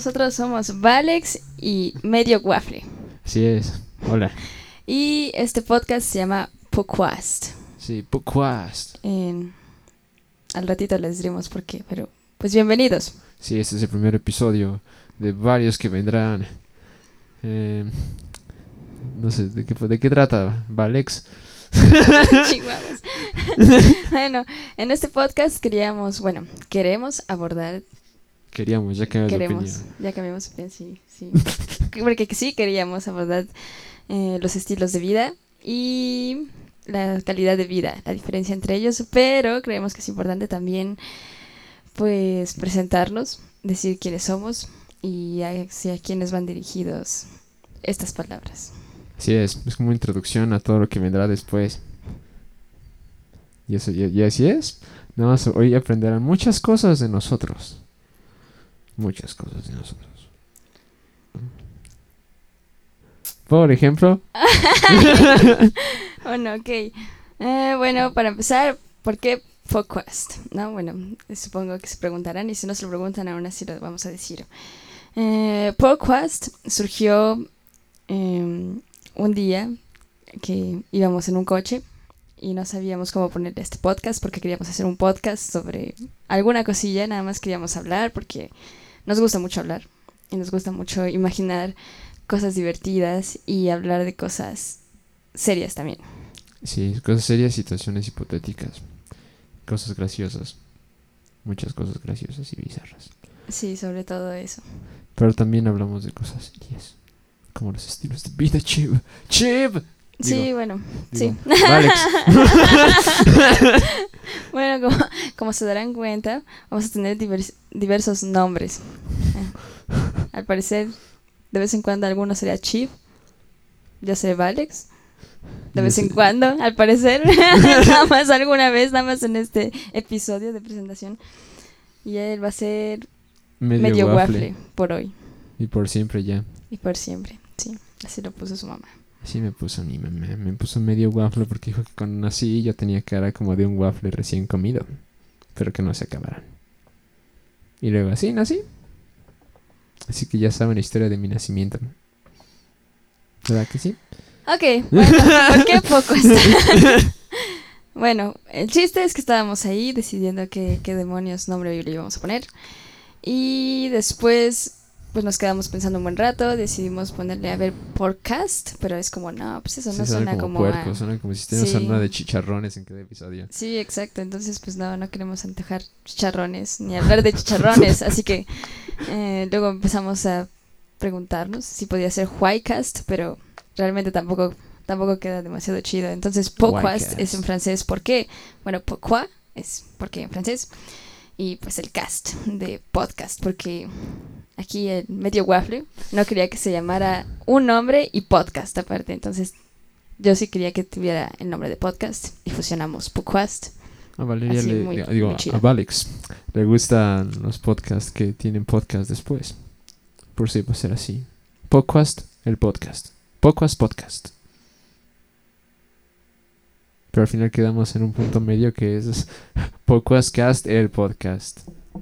nosotros somos Valex y Medio Waffle. Así es. Hola. Y este podcast se llama Podcast. Sí, Podcast. Al ratito les diremos por qué, pero pues bienvenidos. Sí, este es el primer episodio de varios que vendrán. No sé, ¿de qué trata, Valex? Chihuahuas. Bueno, en este podcast queremos abordar. Queríamos, ya cambiamos de opinión. Ya cambiamos de opinión, sí. Porque sí queríamos abordar los estilos de vida y la calidad de vida, la diferencia entre ellos, pero creemos que es importante también pues presentarnos, decir quiénes somos y hacia quiénes van dirigidos estas palabras. Así es como una introducción a todo lo que vendrá después. Y eso, y así es. Nada más hoy aprenderán muchas cosas de nosotros. Muchas cosas de nosotros. Por ejemplo. Bueno, ok. Bueno, para empezar, ¿por qué Podcast? ¿No? Bueno, supongo que se preguntarán y si no se lo preguntan aún así lo vamos a decir. Podcast surgió un día que íbamos en un coche y no sabíamos cómo ponerle este podcast porque queríamos hacer un podcast sobre alguna cosilla, nada más queríamos hablar porque nos gusta mucho hablar y nos gusta mucho imaginar cosas divertidas y hablar de cosas serias también. Sí, cosas serias, situaciones hipotéticas, cosas graciosas, muchas cosas graciosas y bizarras. Sí, sobre todo eso. Pero también hablamos de cosas serias, como los estilos de vida, Chib. Sí, bueno, sí. Alex. Bueno, como se darán cuenta, vamos a tener diversos nombres. Al parecer, de vez en cuando alguno sería Chip, yo seré Valex. De vez en cuando, al parecer, nada más alguna vez, nada más en este episodio de presentación. Y él va a ser Medio Waffle por hoy. Y por siempre ya. Y por siempre, sí. Así lo puso su mamá. Así me puso mi mamá. Me puso Medio Waffle porque dijo que cuando nací yo tenía cara como de un waffle recién comido. Pero que no se acabaran. Y luego así nací. Así que ya saben la historia de mi nacimiento. ¿Verdad que sí? Ok, bueno, ¿por qué poco está? Bueno, el chiste es que estábamos ahí decidiendo qué demonios nombre le íbamos a poner. Y después, pues nos quedamos pensando un buen rato, decidimos ponerle, a ver, podcast, pero es como, no, pues eso Sí, no suena como puerco, suena como si estuviéramos hablando de chicharrones en cada episodio. Sí, exacto, entonces pues no queremos antojar chicharrones, ni hablar de chicharrones, así que luego empezamos a preguntarnos si podía ser Whitecast, pero realmente tampoco queda demasiado chido. Entonces, podcast es en francés, ¿por qué? Bueno, pourquoi es porque en francés. Y pues el cast de podcast, porque aquí el Medio Waffle no quería que se llamara un nombre y podcast aparte. Entonces, yo sí quería que tuviera el nombre de podcast y fusionamos podcast. A Valeria así, muy a Valex le gustan los podcasts que tienen podcast después. Por si va a ser así. Podcast, el podcast. Podcast. Pero al final quedamos en un punto medio que es Podcastcast, el podcast.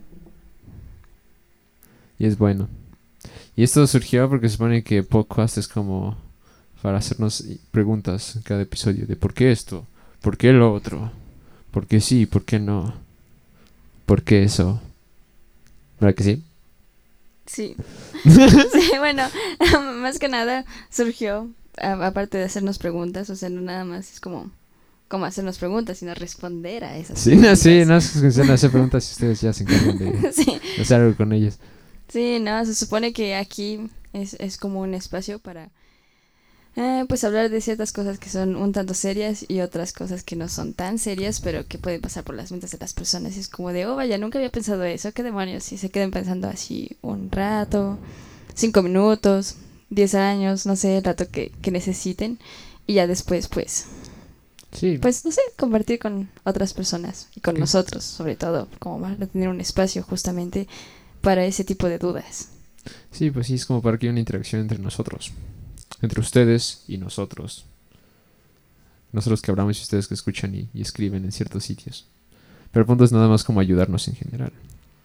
Y es bueno. Y esto surgió porque se supone que podcast es como para hacernos preguntas en cada episodio de ¿por qué esto? ¿Por qué lo otro? ¿Por qué sí? ¿Por qué no? ¿Por qué eso? ¿Verdad que sí? Sí. Sí, bueno, más que nada surgió, aparte de hacernos preguntas, o sea, no nada más es como hacernos preguntas, sino responder a esas preguntas. Sí, no es hacer preguntas y ustedes ya se encargan de hacer algo con ellas. Sí, no, se supone que aquí es como un espacio para pues hablar de ciertas cosas que son un tanto serias y otras cosas que no son tan serias, pero que pueden pasar por las mentes de las personas. Y es como de, oh, vaya, nunca había pensado eso, qué demonios. Y se queden pensando así un rato, 5 minutos, 10 años, no sé, el rato que necesiten. Y ya después, pues, no sé, compartir con otras personas y con nosotros, sobre todo, como para tener un espacio justamente para ese tipo de dudas. Sí, pues sí, es como para que haya una interacción entre nosotros. Entre ustedes y nosotros. Nosotros que hablamos y ustedes que escuchan y escriben en ciertos sitios. Pero el punto es nada más como ayudarnos en general.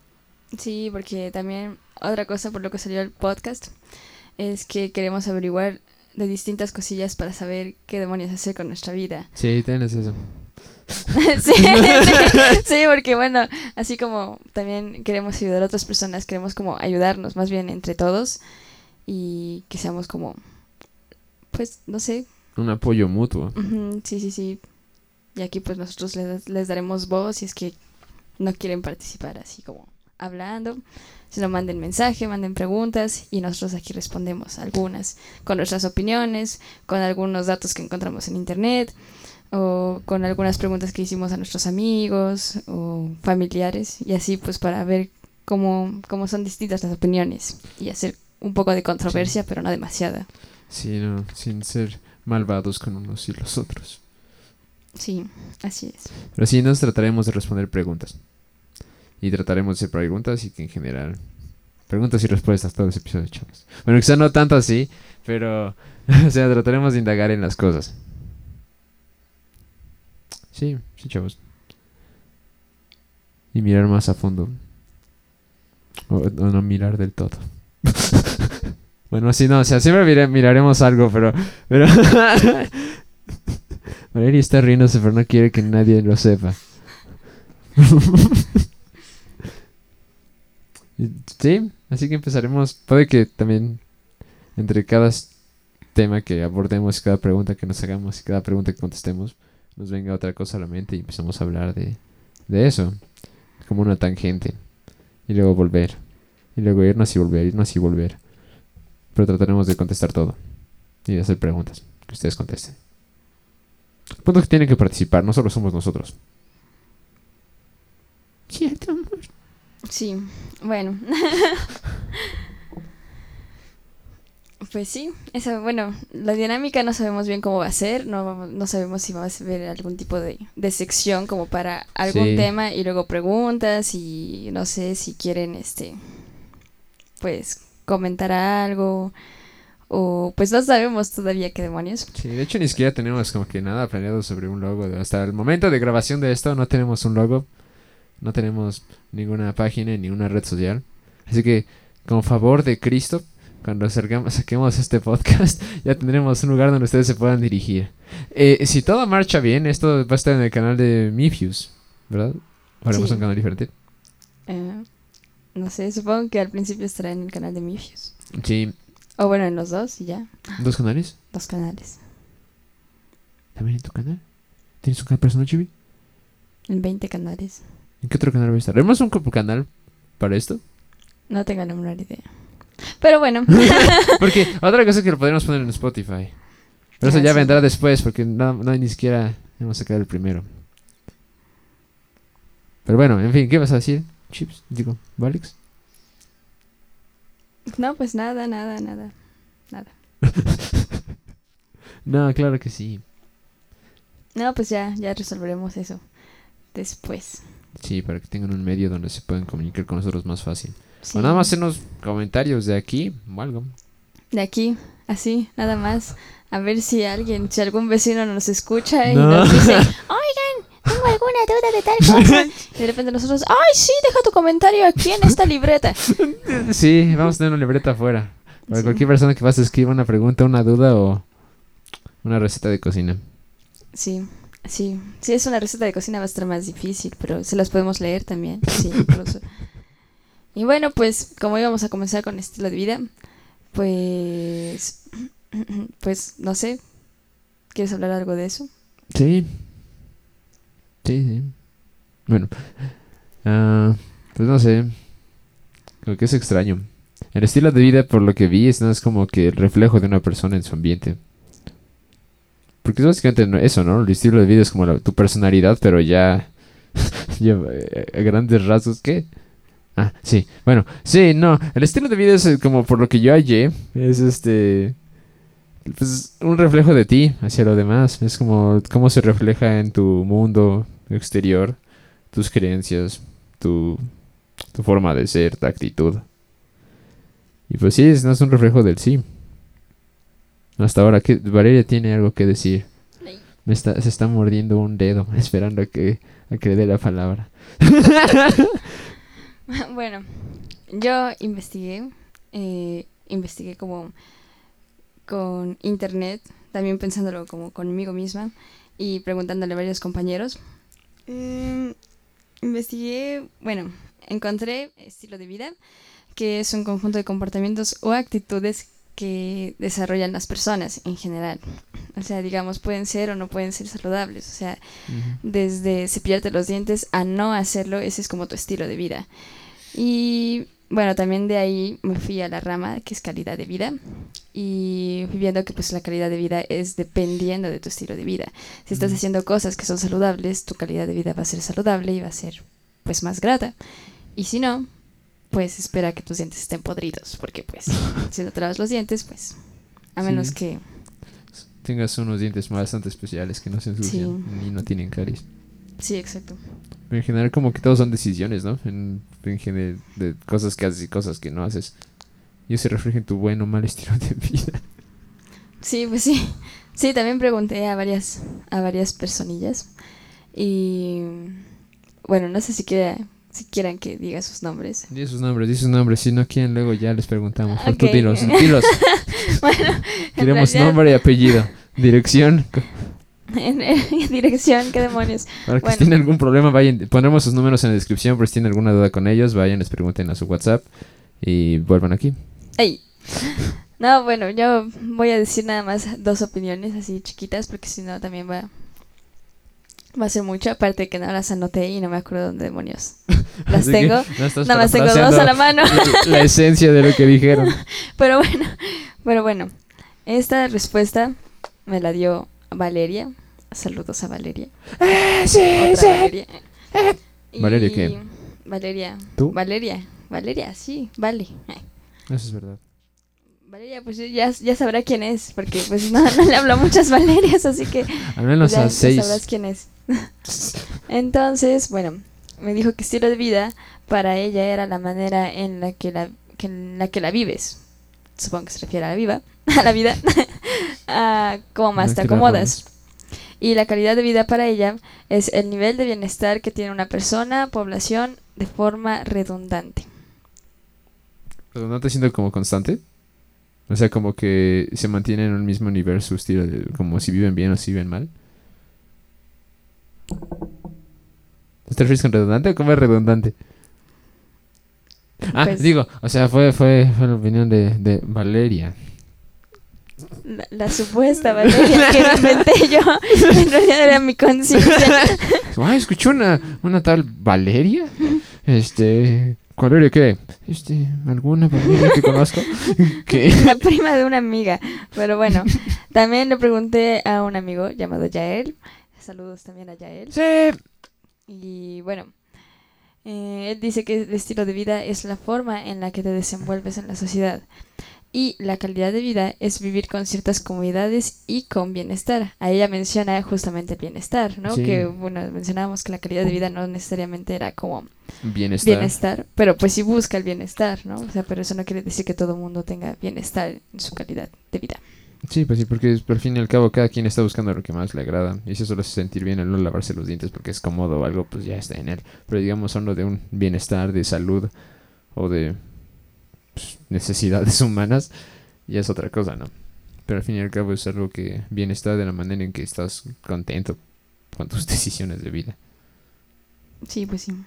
Sí, porque también otra cosa por lo que salió el podcast es que queremos averiguar de distintas cosillas para saber qué demonios hacer con nuestra vida. Sí, tienes eso. Sí, sí, sí, porque bueno, así como también queremos ayudar a otras personas, queremos como ayudarnos más bien entre todos y que seamos como, pues, no sé, Un apoyo mutuo. sí, sí, sí. Y aquí pues nosotros les daremos voz si es que no quieren participar así como hablando. Si no, manden mensaje, manden preguntas y nosotros aquí respondemos algunas con nuestras opiniones, con algunos datos que encontramos en internet o con algunas preguntas que hicimos a nuestros amigos o familiares y así pues para ver cómo son distintas las opiniones y hacer un poco de Sí. controversia, pero no demasiada. Sí, no, sin ser malvados con unos y los otros. Sí, así es. Pero sí, nos trataremos de responder preguntas. Y trataremos de hacer preguntas y que en general... Preguntas y respuestas todo ese episodio, chavos. Bueno, quizá no tanto así, pero... o sea, trataremos de indagar en las cosas. Sí, sí, chavos. Y mirar más a fondo. O no mirar del todo. Bueno, sí, no, o sea, siempre miraremos algo, pero Valeria está riéndose, pero no quiere que nadie lo sepa. Sí, así que empezaremos. Puede que también entre cada tema que abordemos, cada pregunta que nos hagamos y cada pregunta que contestemos, nos venga otra cosa a la mente y empezamos a hablar de eso, como una tangente. Y luego volver. Y luego irnos y volver, irnos y volver. Pero trataremos de contestar todo. Y de hacer preguntas. Que ustedes contesten. El punto es que tienen que participar, no solo somos nosotros. Cierto, amor. Sí, bueno. Pues sí, eso, bueno, la dinámica no sabemos bien cómo va a ser, no sabemos si va a haber algún tipo de sección como para algún Sí. tema y luego preguntas y no sé si quieren, pues comentar algo o pues no sabemos todavía qué demonios. Sí, de hecho ni siquiera tenemos como que nada planeado sobre un logo. Hasta el momento de grabación de esto no tenemos un logo. No tenemos ninguna página ni una red social. Así que, con favor de Cristo, cuando saquemos este podcast, ya tendremos un lugar donde ustedes se puedan dirigir. Si todo marcha bien, esto va a estar en el canal de Mifius, ¿verdad? ¿O haremos un Sí, canal diferente? no sé, supongo que al principio estará en el canal de Mifius. Sí, O bueno, en los dos y ya, ¿dos canales? dos canales, ¿También en tu canal? ¿Tienes un canal personal, Chibi? en 20 canales. ¿En qué otro canal va a estar? ¿Haremos un canal para esto? No tengo la menor idea. Pero bueno. Porque otra cosa es que lo podríamos poner en Spotify. Pero eso ya Sí. vendrá después, porque no hay ni siquiera hemos sacado el primero. Pero bueno, en fin, ¿qué vas a decir? Chips, digo, ¿Valix? No, pues nada, nada, nada, nada. No, claro que sí. No, pues ya resolveremos eso después. Sí, para que tengan un medio donde se puedan comunicar con nosotros más fácil. Sí. O nada más en los comentarios de aquí o algo. De aquí, así, nada más. A ver si algún vecino nos escucha y No. nos dice, oigan, tengo alguna duda de tal cosa. Y de repente nosotros, ay, sí, deja tu comentario aquí en esta libreta. Sí, vamos a tener una libreta afuera. Para Sí. cualquier persona que pase escriba una pregunta, una duda o una receta de cocina. Sí, sí. Si es una receta de cocina va a estar más difícil, pero se las podemos leer también. Sí, incluso. Y bueno, pues como íbamos a comenzar con estilo de vida, pues, pues no sé, ¿quieres hablar algo de eso? Sí, sí, sí. Bueno, pues no sé. Creo que es extraño. El estilo de vida, por lo que vi, no es como que el reflejo de una persona en su ambiente. Porque es básicamente eso, ¿no? El estilo de vida es como tu personalidad, pero ya, ya a grandes rasgos. ¿Qué? Ah, sí. Bueno, sí, no. El estilo de vida es como por lo que yo hallé. Es pues un reflejo de ti hacia lo demás. Es como cómo se refleja en tu mundo exterior, tus creencias, tu, tu forma de ser, tu actitud. Y pues sí, no es un reflejo del sí. Hasta ahora, Valeria tiene algo que decir. Se está mordiendo un dedo, esperando a que le dé la palabra. Bueno, yo investigué como con internet, también pensándolo como conmigo misma y preguntándole a varios compañeros. Investigué, bueno, encontré estilo de vida, que es un conjunto de comportamientos o actitudes que desarrollan las personas en general. O sea, digamos, pueden ser o no pueden ser saludables. O sea, Ujú. desde cepillarte los dientes a no hacerlo, ese es como tu estilo de vida. Y bueno, también de ahí me fui a la rama que es calidad de vida y fui viendo que pues la calidad de vida es dependiendo de tu estilo de vida. Si estás Ujú. haciendo cosas que son saludables, tu calidad de vida va a ser saludable y va a ser pues más grata. Y si no, pues espera que tus dientes estén podridos, porque pues si no te lavas los dientes, pues a menos Sí, que tengas unos dientes bastante especiales que no se sí, ensucian y no tienen caries. sí, exacto. Pero en general como que todos son decisiones, ¿no? En general de cosas que haces y cosas que no haces. Y eso se refleja en tu buen o mal estilo de vida. Sí, pues sí. Sí, también pregunté a varias personillas y bueno, no sé si quieran que diga sus nombres. Di sus nombres. Si no quieren, luego ya les preguntamos. Pero Ok. tú dilos, dilos. Bueno, en Queremos realidad, nombre y apellido. Dirección. en dirección, qué demonios. Para que si Bueno, tienen algún problema, vayan. Pondremos sus números en la descripción. Por si tienen alguna duda con ellos, vayan, les pregunten a su WhatsApp. Y vuelvan aquí. ey. No, bueno, yo voy a decir nada más dos opiniones así chiquitas porque si no también va a ser mucho. Aparte que no las anoté y no me acuerdo dónde demonios las Así que tengo. no estás Nada más tengo dos parafraseando a la mano. la esencia de lo que dijeron. Pero bueno, esta respuesta me la dio Valeria. Saludos a Valeria. Sí, Otra Valeria. ¿Valeria qué? Valeria. ¿Tú? Valeria, sí, vale. Eso es verdad. Valeria, pues ya sabrá quién es, porque pues no le hablo a muchas Valerias, así que Al menos ya a sabrás 6. quién es. Entonces, bueno, me dijo que estilo de vida para ella era la manera en la que la vives. Supongo que se refiere a la vida, a la vida, a cómo más te acomodas. Y la calidad de vida para ella es el nivel de bienestar que tiene una persona, población, de forma redundante. Pero no te siento como constante. O sea, como que se mantiene en un mismo nivel su estilo de, como si viven bien o si viven mal. ¿Te refieres con redundante o cómo es redundante? Ah, Pues digo, o sea, fue la opinión de Valeria. la supuesta Valeria que me inventé yo, en realidad era mi conciencia. Ay, escuché una tal Valeria. ¿Valeria qué? ¿Alguna Valeria que conozco? ¿Qué? La prima de una amiga. Pero bueno, también le pregunté a un amigo llamado Yael. Saludos también a Yael. Sí. Y bueno, él dice que el estilo de vida es la forma en la que te desenvuelves en la sociedad. Y la calidad de vida es vivir con ciertas comodidades y con bienestar. A ella menciona justamente el bienestar, ¿no? Sí. Que, bueno, mencionábamos que la calidad de vida no necesariamente era como Bienestar. pero pues sí busca el bienestar, ¿no? O sea, pero eso no quiere decir que todo el mundo tenga bienestar en su calidad de vida. Sí, pues sí, porque al fin y al cabo cada quien está buscando lo que más le agrada. Y si eso lo hace sentir bien el no lavarse los dientes porque es cómodo o algo, pues ya está en él. Pero digamos, hablo de un bienestar, de salud o de necesidades humanas, ya es otra cosa, ¿no? Pero al fin y al cabo es algo que bienestar de la manera en que estás contento con tus decisiones de vida. Sí, pues sí.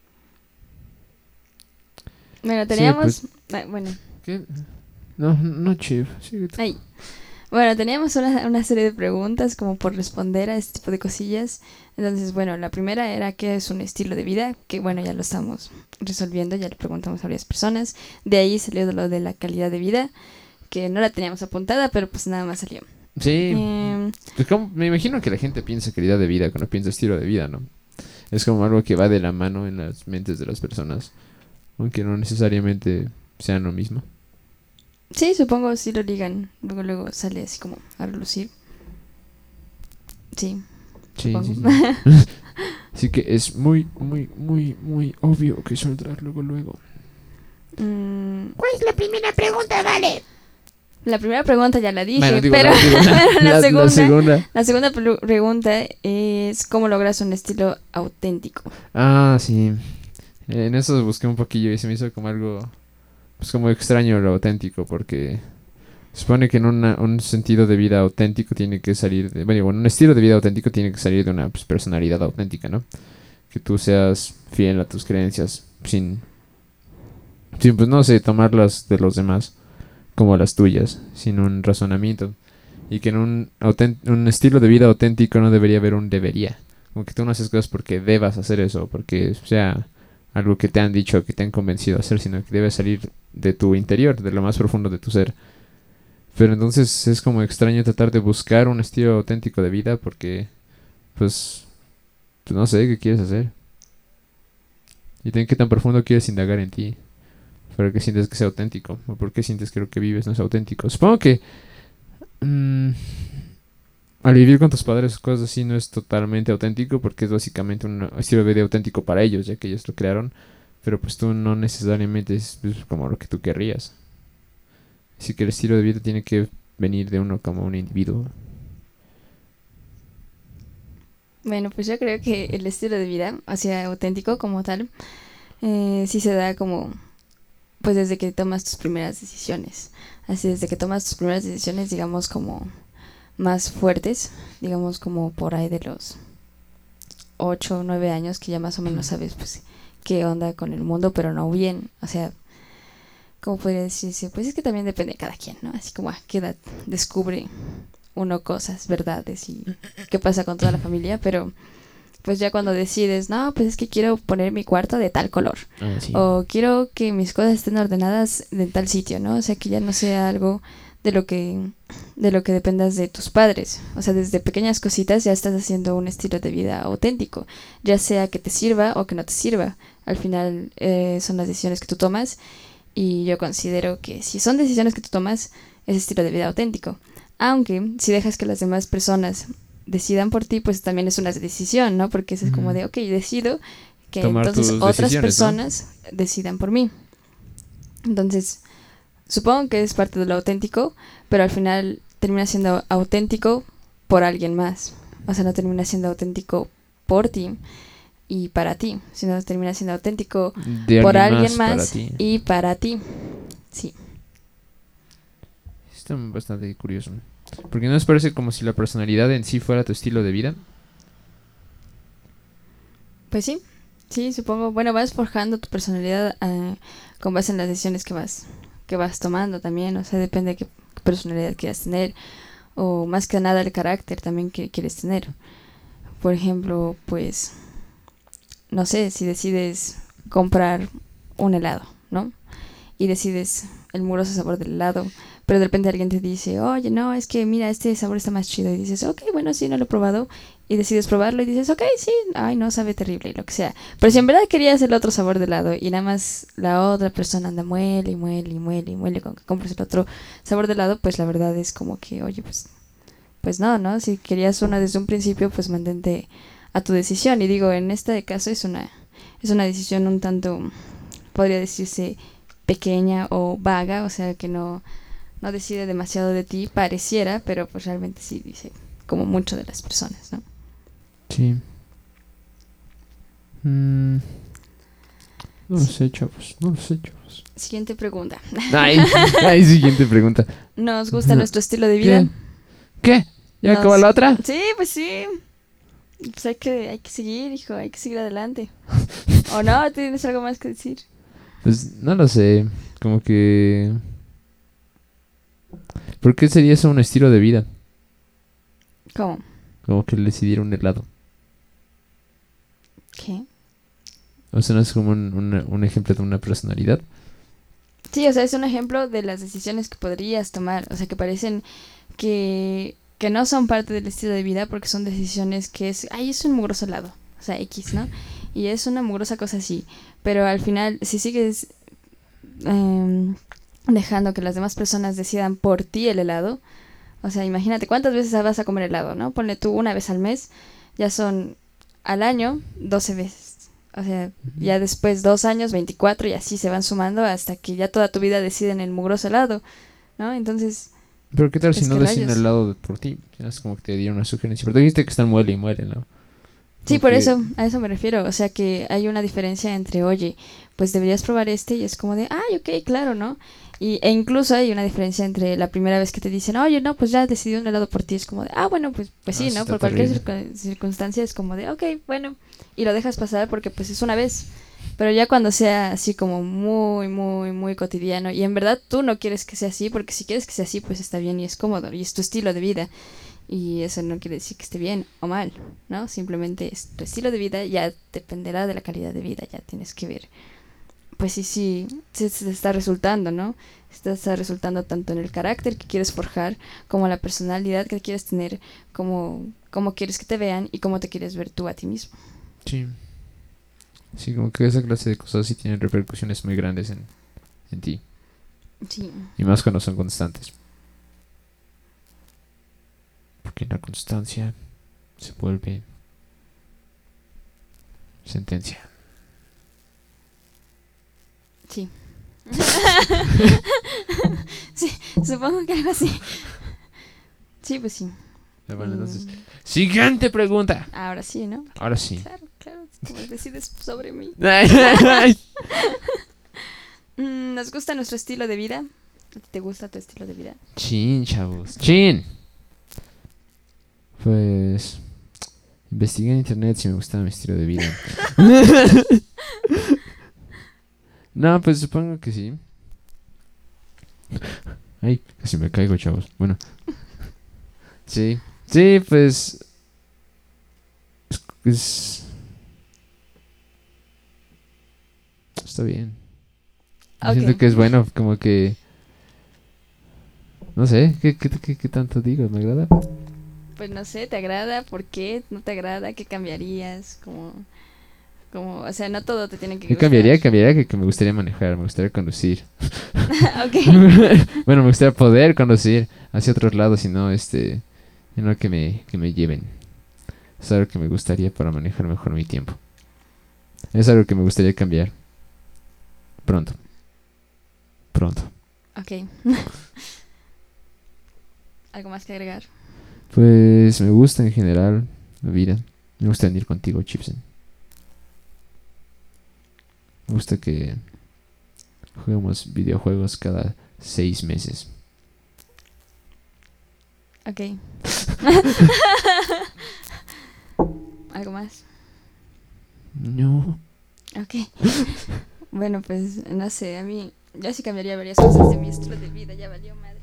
Bueno, teníamos... Sí, bueno, ¿qué? No, Chief. Sí, ahí. Bueno, teníamos una serie de preguntas como por responder a este tipo de cosillas. Entonces, bueno, la primera era qué es un estilo de vida, que bueno, ya lo estamos resolviendo, ya le preguntamos a varias personas. De ahí salió lo de la calidad de vida, que no la teníamos apuntada, pero pues nada más salió. Sí. Em, Pues me imagino que la gente piensa calidad de vida cuando piensa estilo de vida, ¿no? Es como algo que va de la mano en las mentes de las personas, aunque no necesariamente sean lo mismo. sí, supongo si lo ligan, luego sale así como a relucir. Sí, Sí, supongo. sí, sí. Así que es muy, muy, muy, muy obvio que saldrá luego. ¿Cuál es la primera pregunta, Vale? La primera pregunta ya la dije, Bueno, digo, pero la segunda. la segunda pregunta es ¿cómo logras un estilo auténtico? Ah, sí. En eso busqué un poquillo y se me hizo como algo, pues como extraño lo auténtico, porque se supone que en un sentido de vida auténtico tiene que salir de, bueno, un estilo de vida auténtico tiene que salir de una pues, personalidad auténtica, ¿no? Que tú seas fiel a tus creencias sin pues no sé, tomarlas de los demás como las tuyas, sin un razonamiento. Y que en un estilo de vida auténtico no debería haber un debería. Como que tú no haces cosas porque debas hacer eso, porque sea algo que te han dicho, que te han convencido a hacer, sino que debe salir de tu interior, de lo más profundo de tu ser. Pero entonces es como extraño tratar de buscar un estilo auténtico de vida porque, pues, pues no sé qué quieres hacer. Y también qué tan profundo quieres indagar en ti. Para que sientes que sea auténtico. O por qué sientes que lo que vives no es auténtico. Supongo que mm, al vivir con tus padres cosas así no es totalmente auténtico porque es básicamente un estilo de vida auténtico para ellos, ya que ellos lo crearon. Pero pues tú no necesariamente es pues, como lo que tú querrías. Así que el estilo de vida tiene que venir de uno como un individuo. Bueno, pues yo creo que el estilo de vida, o sea, auténtico como tal, sí se da como, pues desde que tomas tus primeras decisiones. Así, desde que tomas tus primeras decisiones, digamos, como más fuertes, digamos, como por ahí de los 8 o 9 años, que ya más o menos sabes, pues, qué onda con el mundo, pero no bien. O sea, ¿cómo podría decirse? Pues es que también depende de cada quien, ¿no? Así como a qué edad descubre uno cosas, verdades y qué pasa con toda la familia, pero pues ya cuando decides, no, pues es que quiero poner mi cuarto de tal color, Sí. o quiero que mis cosas estén ordenadas de tal sitio, ¿no? O sea, que ya no sea algo de lo que dependas de tus padres. O sea, desde pequeñas cositas ya estás haciendo un estilo de vida auténtico, ya sea que te sirva o que no te sirva. Al final son las decisiones que tú tomas y yo considero que si son decisiones que tú tomas, es estilo de vida auténtico. Aunque si dejas que las demás personas decidan por ti, pues también es una decisión, ¿no? Porque eso es como de, ok, decido que Tomar entonces tus otras decisiones, ¿no? personas decidan por mí. Entonces, supongo que es parte de lo auténtico, pero al final termina siendo auténtico por alguien más. O sea, no termina siendo auténtico por ti y para ti, sino termina siendo auténtico De por alguien alguien para más ti. y para ti. Sí. Está bastante curioso. Porque no les parece como si la personalidad en sí fuera tu estilo de vida. Pues sí, sí, supongo. Bueno, vas forjando tu personalidad con base en las decisiones que vas tomando también. O sea, depende de qué personalidad quieras tener. O más que nada el carácter también que quieres tener. Por ejemplo, pues, no sé, si decides comprar un helado, ¿no? Y decides el mugroso sabor del helado, pero de repente alguien te dice, oye, no, es que mira, este sabor está más chido. Y dices, ok, bueno, sí, no lo he probado. Y decides probarlo y dices, ok, sí, ay, no, sabe terrible y lo que sea. Pero si en verdad querías el otro sabor de helado y nada más la otra persona anda muele y muele y muele y muele con que compres el otro sabor de helado, pues la verdad es como que, oye, pues no, ¿no? Si querías una desde un principio, pues mantente a tu decisión. Y digo, en este caso es una decisión un tanto, podría decirse, pequeña o vaga, o sea que no decide demasiado de ti, pareciera, pero pues realmente sí dice como mucho de las personas, ¿no? Sí. No lo sé, chavos. No lo sé, chavos. Siguiente pregunta. Ay, siguiente pregunta. ¿Nos gusta nuestro estilo de vida? ¿Qué? ¿Ya acabó la otra? Sí, pues sí. Pues hay que seguir, hijo, hay que seguir adelante. ¿O no? ¿Tienes algo más que decir? Pues no lo sé. Como que... ¿Por qué sería eso un estilo de vida? ¿Cómo? Como que decidir un helado. ¿Qué? O sea, no es como un ejemplo de una personalidad. Sí, o sea, es un ejemplo de las decisiones que podrías tomar. O sea, que parecen que no son parte del estilo de vida porque son decisiones que es, ay, es un mugroso helado. O sea, X, ¿no? Y es una mugrosa cosa así. Pero al final, si sigues dejando que las demás personas decidan por ti el helado, o sea, imagínate cuántas veces vas a comer helado, ¿no? Ponle tú una vez al mes, ya son al año 12 veces. O sea, ya después 2 años, 24 y así se van sumando hasta que ya toda tu vida deciden el mugroso helado, ¿no? Entonces... Pero ¿qué tal si Es no que deciden rayos. el helado por ti? Es como que te dieron una sugerencia. Pero tú dijiste que están muele y muele, ¿no? Sí, Como por que- eso, a eso me refiero. O sea que hay una diferencia entre, oye, pues deberías probar este y es como de, ay, ok, claro, ¿no? E incluso hay una diferencia entre la primera vez que te dicen, oye, no, pues ya decidí un helado por ti. Es como de, ah, bueno, pues No, sí, sí ¿no? está Por cualquier terrible. circunstancia es como de, ok, bueno. Y lo dejas pasar porque pues es una vez. Pero ya cuando sea así como muy, muy, muy cotidiano y en verdad tú no quieres que sea así, porque si quieres que sea así, pues está bien y es cómodo y es tu estilo de vida. Y eso no quiere decir que esté bien o mal, ¿no? Simplemente es tu estilo de vida, ya dependerá de la calidad de vida, ya tienes que ver. Pues sí, sí, se está resultando, ¿no? Está resultando tanto en el carácter que quieres forjar, como la personalidad que quieres tener, como quieres que te vean y cómo te quieres ver tú a ti mismo. Sí. Sí, como que esa clase de cosas sí tienen repercusiones muy grandes en ti. Sí, Y más cuando son constantes. Porque la constancia se vuelve sentencia. sí. Sí, supongo que algo así. Sí, pues sí. Bueno, entonces, Mm, siguiente pregunta. ahora sí, ¿no? Ahora sí. Claro, claro, como decides sobre mí. ¿Nos gusta nuestro estilo de vida? ¿A ti te gusta tu estilo de vida? Chin, chavos. Chin. Pues investigué en internet si me gustaba mi estilo de vida. No, pues supongo que sí. Ay, casi me caigo, chavos. Bueno, sí. Sí, pues es- está bien. Yo Ok, siento que es bueno, como que no sé, ¿qué tanto digo? ¿Me agrada? pues no sé, ¿te agrada? ¿Por qué no te agrada? ¿Qué cambiarías? O sea, no todo te tiene que Yo gustar. cambiaría que me gustaría manejar, me gustaría conducir. Ok, Bueno, me gustaría poder conducir hacia otros lados y no y no que me lleven. Es algo que me gustaría para manejar mejor mi tiempo. Es algo que me gustaría cambiar pronto, pronto. ok. ¿Algo más que agregar? Pues me gusta en general la vida. Me gusta venir contigo, Chipsen. Me gusta que juguemos videojuegos cada 6 meses. Ok. ¿Algo más? No. Ok. Bueno, pues no sé, a mí yo sí cambiaría varias cosas de mi estilo de vida, ya valió madre.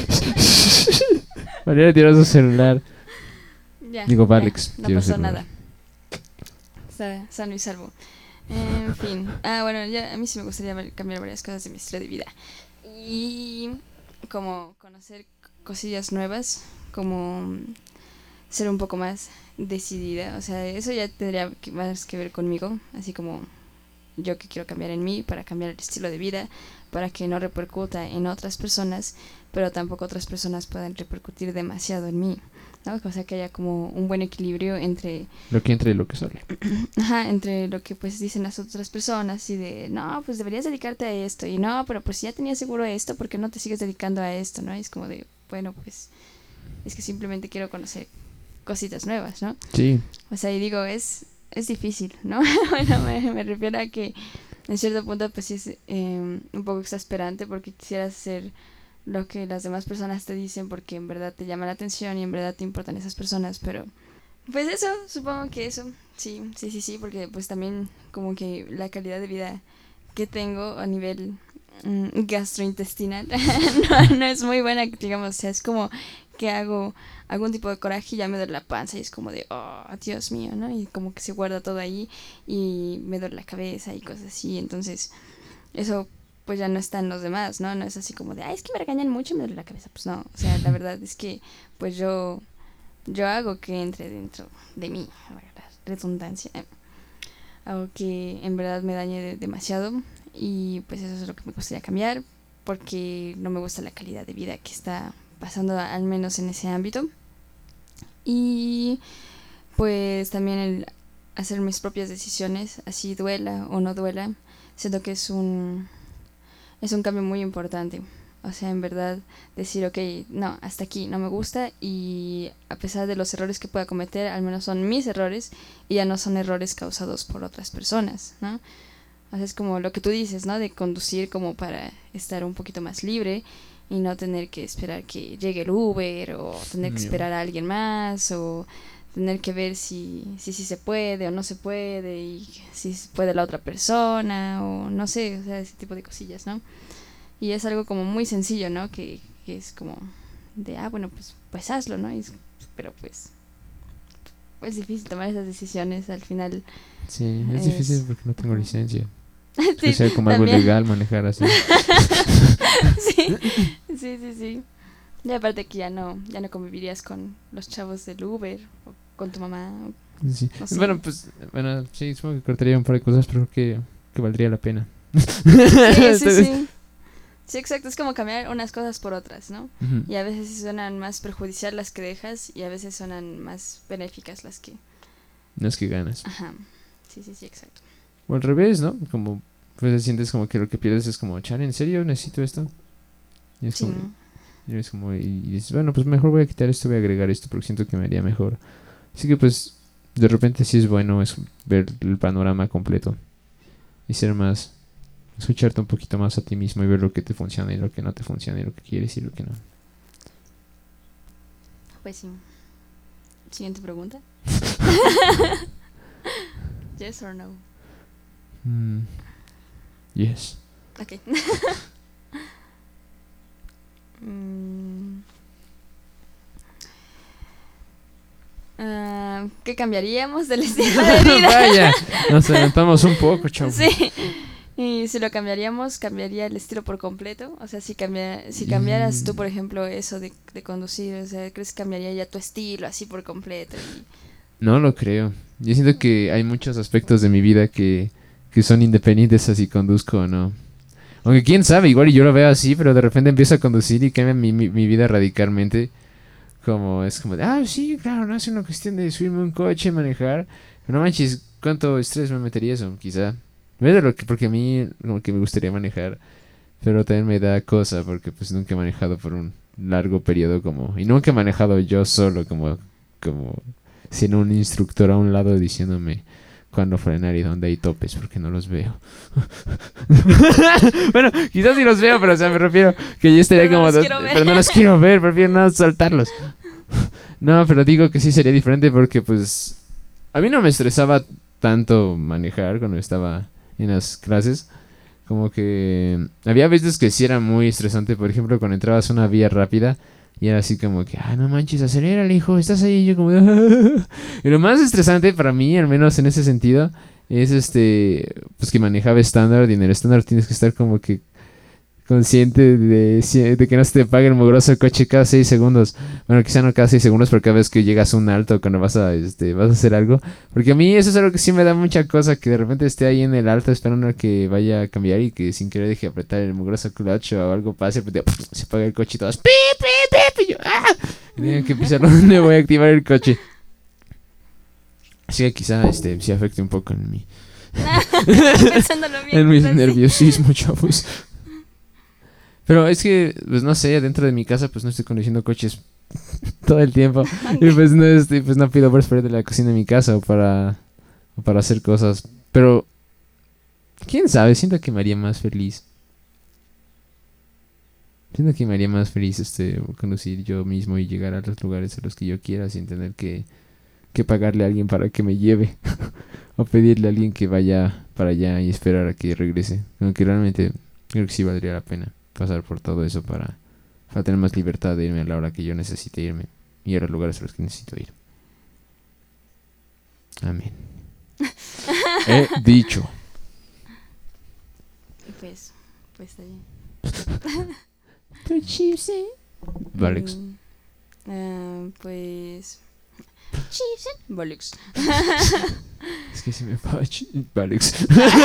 María tiró su celular. Ya, Digo, ya, Valex no tiró su pasó celular. nada. Está sano y salvo. En fin. Ah, bueno, ya, a mí sí me gustaría cambiar varias cosas de mi estilo de vida. Y como conocer cosillas nuevas, como ser un poco más decidida. O sea, eso ya tendría más que ver conmigo, así como yo que quiero cambiar en mí para cambiar el estilo de vida, para que no repercuta en otras personas, pero tampoco otras personas puedan repercutir demasiado en mí, ¿no? O sea, que haya como un buen equilibrio entre, Lo que entra y lo que sale. ajá, entre lo que pues dicen las otras personas y de, no, pues deberías dedicarte a esto, y no, pero pues si ya tenías seguro esto, ¿por qué no te sigues dedicando a esto, no? Y es como de, bueno, pues es que simplemente quiero conocer cositas nuevas, ¿no? Sí. O sea, y digo, es difícil, ¿no? Bueno, me refiero a que en cierto punto pues sí es un poco exasperante porque quisieras hacer lo que las demás personas te dicen porque en verdad te llama la atención y en verdad te importan esas personas, pero pues eso, supongo que eso, sí, sí, sí, sí, porque pues también como que la calidad de vida que tengo a nivel gastrointestinal no es muy buena, digamos, o sea, es como que hago algún tipo de coraje y ya me duele la panza y es como de, oh, Dios mío, ¿no? Y como que se guarda todo ahí y me duele la cabeza y cosas así, entonces eso pues ya no está en los demás, ¿no? No es así como de, ay, es que me regañan mucho y me duele la cabeza, pues no, o sea, la verdad es que pues yo hago que entre dentro de mí, la redundancia, hago que en verdad me dañe demasiado y pues eso es lo que me gustaría cambiar porque no me gusta la calidad de vida que está pasando al menos en ese ámbito y pues también el hacer mis propias decisiones así duela o no duela siento que es un cambio muy importante O sea, en verdad decir, ok, no, hasta aquí, no me gusta, y a pesar de los errores que pueda cometer, al menos son mis errores y ya no son errores causados por otras personas, ¿no? O sea, es como lo que tú dices, ¿no? De conducir como para estar un poquito más libre y no tener que esperar que llegue el Uber o tener que esperar a alguien más o tener que ver si se puede o no se puede y si puede la otra persona o no sé, o sea, ese tipo de cosillas, ¿no? Y es algo como muy sencillo, ¿no? Que es como de, bueno, pues hazlo, ¿no? Pero pues es difícil tomar esas decisiones al final. Sí, es difícil porque no tengo licencia. Sí, que sea como algo también. ilegal manejar así. Sí. Y aparte que ya no convivirías con los chavos del Uber o con tu mamá. Sí. No sé. Bueno, sí, supongo que cortaría un par de cosas, pero que valdría la pena. Sí. Sí, exacto, es como cambiar unas cosas por otras, ¿no? Uh-huh. Y a veces suenan más perjudicial las que dejas y a veces suenan más benéficas las que... No es que ganas. Ajá, sí, exacto. O al revés, ¿no? Como, pues sientes como que lo que pierdes es como, chale, ¿en serio necesito esto? Y es Sí. como, y dices, bueno, pues mejor voy a quitar esto, voy a agregar esto porque siento que me haría mejor. Así que pues, de repente sí es bueno es ver el panorama completo y ser más... Escucharte un poquito más a ti mismo y ver lo que te funciona y lo que no te funciona y lo que quieres y lo que no. Pues sí. Siguiente pregunta. Yes or no? Yes. Ok. ¿Qué cambiaríamos del estilo de vida? Vaya, nos adelantamos un poco, chavo. Sí. Y si lo cambiaríamos, cambiaría el estilo por completo. O sea, si cambiaras tú, por ejemplo, eso de conducir, o sea, ¿crees que cambiaría ya tu estilo así por completo? No lo creo. Yo siento que hay muchos aspectos de mi vida que son independientes así conduzco o no. Aunque quién sabe, igual y yo lo veo así, pero de repente empiezo a conducir y cambia mi vida radicalmente. Es como de, sí, claro, no es una cuestión de subirme a un coche, manejar. Pero no manches, ¿cuánto estrés me metería eso? Quizá. Porque a mí como que me gustaría manejar, pero también me da cosa porque pues nunca he manejado por un largo periodo y nunca he manejado yo solo como sin un instructor a un lado diciéndome cuándo frenar y dónde hay topes porque no los veo. Bueno, quizás sí los veo, pero o sea, me refiero que yo estaría pero no los quiero ver, prefiero no saltarlos. No, pero digo que sí sería diferente porque pues a mí no me estresaba tanto manejar cuando estaba en las clases. Como que había veces que sí era muy estresante, por ejemplo, cuando entrabas a una vía rápida y era así como que, no manches, acelérale, hijo, estás ahí. Y yo como, Y lo más estresante para mí, al menos en ese sentido, es pues que manejaba estándar y en el estándar tienes que estar como que consciente de que no se te pague el mugroso coche cada 6 segundos. Bueno, quizá no cada 6 segundos, pero cada vez que llegas a un alto cuando vas a hacer algo. Porque a mí eso es algo que sí me da mucha cosa, que de repente esté ahí en el alto esperando a que vaya a cambiar y que sin querer deje apretar el mugroso clutch o algo pase, pues se apaga el coche y todos ¡pip, pip, pip! Y yo y tengo que empezar donde voy a activar el coche. Así que quizá sí afecte un poco en Pensándolo bien, en mi nerviosismo, chavos. Pero es que, pues no sé, dentro de mi casa pues no estoy conduciendo coches todo el tiempo. Y pues no pido por fuera de la cocina de mi casa o para hacer cosas. Pero, quién sabe, siento que me haría más feliz. Siento que me haría más feliz conducir yo mismo y llegar a los lugares a los que yo quiera sin tener que pagarle a alguien para que me lleve. O pedirle a alguien que vaya para allá y esperar a que regrese. Aunque realmente creo que sí valdría la pena pasar por todo eso para tener más libertad de irme a la hora que yo necesite irme y a los lugares a los que necesito ir. Amén. He dicho. Pues está bien. Valex. Pues... Valex. Es que se me va Valex.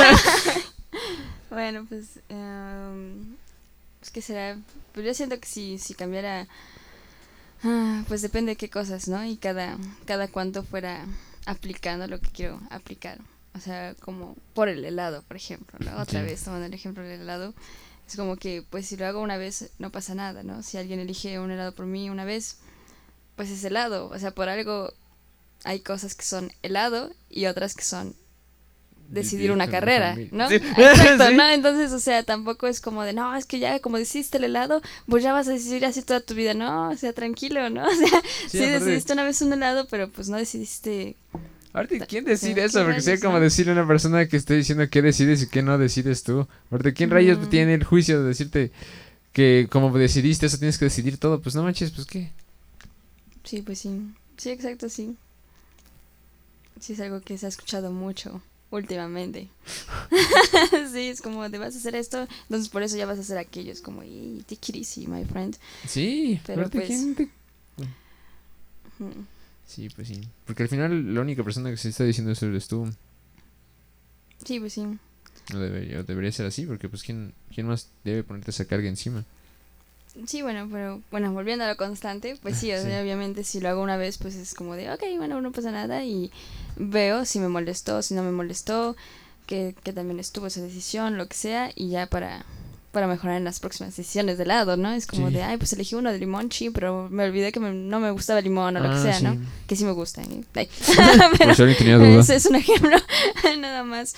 Bueno, pues... pues que será... Pues yo siento que si cambiara... pues depende de qué cosas, ¿no? Y cada cuánto fuera aplicando lo que quiero aplicar. O sea, como por el helado, por ejemplo, ¿no? Otra vez tomando el ejemplo del helado. Es como que, pues si lo hago una vez, no pasa nada, ¿no? Si alguien elige un helado por mí una vez, pues es helado. O sea, por algo hay cosas que son helado y otras que son decidir una carrera, ¿no? Sí. Exacto, Sí. ¿no? Entonces, o sea, tampoco es como de, no, es que ya como decidiste el helado, pues ya vas a decidir así toda tu vida, no, o sea, tranquilo, ¿no? O sea, Sí, sí aparte- decidiste una vez un helado, pero pues no decidiste... Aparte, ¿quién o sea, decide ¿qué eso? Porque sería rayos, como no? decirle a una persona que esté diciendo qué decides y qué no decides tú. Aparte, ¿quién rayos Ujú. tiene el juicio de decirte que como decidiste eso tienes que decidir todo? Pues no manches, pues qué. Sí, pues sí. Sí, exacto, sí. Sí, es algo que se ha escuchado mucho últimamente. Sí, es como de vas a hacer esto, entonces por eso ya vas a hacer aquello. Es como, take it easy, my friend. Sí, Pero aparte, pues... ¿quién te- ujú. Sí, pues sí. Porque al final la única persona que se está diciendo eso eres tú. Sí, pues sí. No debería ser así, porque pues ¿quién más debe ponerte esa carga encima? Sí, bueno, pero bueno, volviendo a lo constante, pues sí, o Sí. sea, obviamente si lo hago una vez, pues es como de, ok, bueno, no pasa nada y veo si me molestó, si no me molestó, que también estuvo esa decisión, lo que sea, y ya para mejorar en las próximas decisiones de lado, ¿no? Es como Sí. de, ay, pues elegí uno de limón, sí, pero me olvidé que no me gustaba el limón o lo que sea, sí. ¿no? Que sí me gusta, ¿eh? Ay. Por si alguien tenía duda. Ese es un ejemplo, nada más.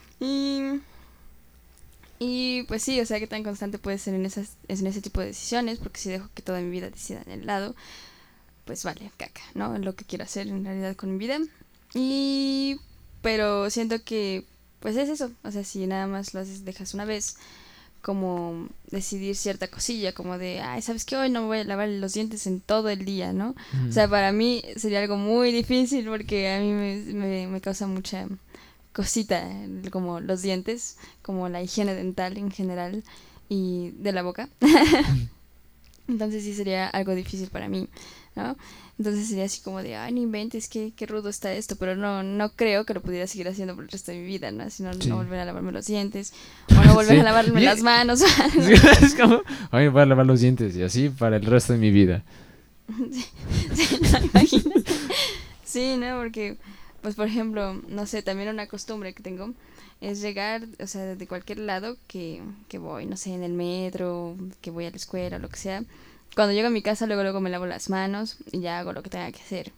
Y pues sí, o sea, qué tan constante puede ser en ese tipo de decisiones, porque si dejo que toda mi vida decida en el lado, pues vale, caca, ¿no? Lo que quiero hacer en realidad con mi vida. Y... Pero siento que, pues es eso, o sea, si nada más lo haces, dejas una vez, como decidir cierta cosilla, como de, ay, ¿sabes qué? Hoy no me voy a lavar los dientes en todo el día, ¿no? O sea, para mí sería algo muy difícil porque a mí me causa mucha cosita, como los dientes, como la higiene dental en general y de la boca. Entonces sí sería algo difícil para mí, ¿no? Entonces sería así como de, ay, no inventes, qué rudo está esto, pero no creo que lo pudiera seguir haciendo por el resto de mi vida, ¿no? Si no, Sí. no volver a lavarme los dientes, o no volver Sí. a lavarme Y- las manos, o algo. Sí, es como, hoy voy a lavar los dientes y así para el resto de mi vida. Sí, ¿no? Imagínate. Sí, ¿no? Porque, pues, por ejemplo, no sé, también una costumbre que tengo es llegar, o sea, de cualquier lado que voy, no sé, en el metro, que voy a la escuela, lo que sea. Cuando llego a mi casa, luego me lavo las manos y ya hago lo que tenga que hacer.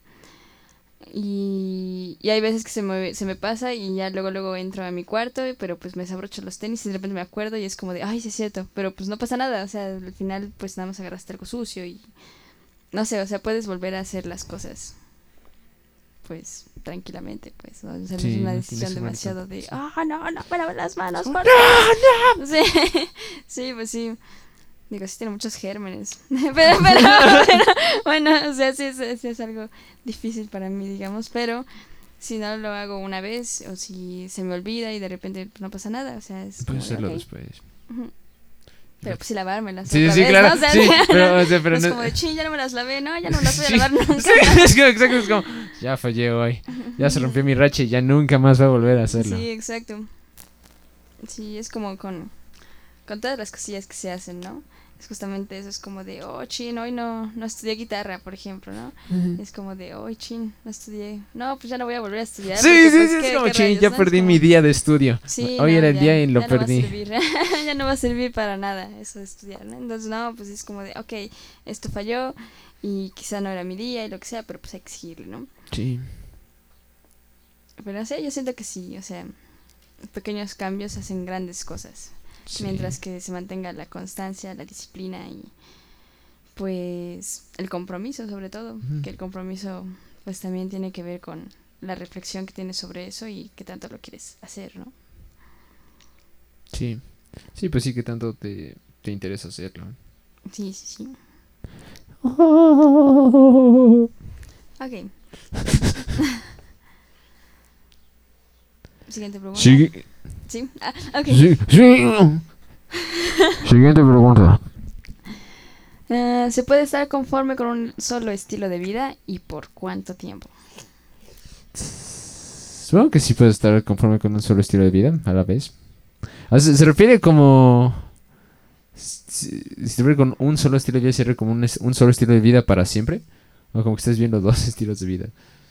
Y hay veces que se me pasa y ya luego entro a mi cuarto, pero pues me desabrocho los tenis y de repente me acuerdo y es como de, ay, sí es cierto, pero pues no pasa nada, o sea, al final pues nada más agarraste algo sucio y no sé, o sea, puedes volver a hacer las cosas pues tranquilamente, pues, ¿no? O sea, no Sí, es una no decisión tienes que demasiado molestar. de, Sí. no, me lavo las manos, por favor. Sí, sí, pues sí. Digo, sí tiene muchos gérmenes. Pero, bueno, o sea, sí es algo difícil para mí, digamos, pero si no lo hago una vez o si se me olvida y de repente pues, no pasa nada, o sea, es como Puedes de, hacerlo ok. después. Ujú. Pero pues sí lavármelas Sí, otra sí, vez, claro. ¿no? O sea, Sí, pero, o sea, pero no es no. como de, ching, ya no me las lavé, no, ya no me las voy a Sí, lavar nunca. sí, es que exacto, es como, ya fallé hoy. Ya se rompió mi racha y ya nunca más va a volver a hacerlo. Sí, exacto. Sí, es como con todas las cosillas que se hacen, ¿no? Es justamente eso, es como de, oh, chin, hoy no estudié guitarra, por ejemplo, ¿no? Es como de, oh, chin, no estudié. No, pues ya no voy a volver a estudiar. Sí, Porque, sí, pues, sí, es como, ¿qué ching, rayos, ya no? Es perdí como, mi día de estudio. sí, Hoy no, era el día y lo ya no va a perdí. servir. Ya no va a servir para nada eso de estudiar, ¿no? Entonces, no, pues es como de, ok, esto falló y quizá no era mi día y lo que sea, pero pues hay que seguirle, ¿no? Sí. Pero no sé, yo siento que sí, o sea, pequeños cambios hacen grandes cosas. Sí. Mientras que se mantenga la constancia, la disciplina y pues el compromiso sobre todo, Ujú. que el compromiso pues también tiene que ver con la reflexión que tienes sobre eso y qué tanto lo quieres hacer, ¿no? Sí. Sí, pues sí que tanto te interesa hacerlo. Sí, sí, sí. Ok. Siguiente pregunta. Sí. Ah, ok. Siguiente pregunta. ¿Se puede estar conforme con un solo estilo de vida y por cuánto tiempo? Supongo que sí puedes estar conforme con un solo estilo de vida a la vez. Se refiere como... Si se refiere con un solo estilo de vida, se refiere como un solo estilo de vida para siempre. O como que estás viendo dos estilos de vida.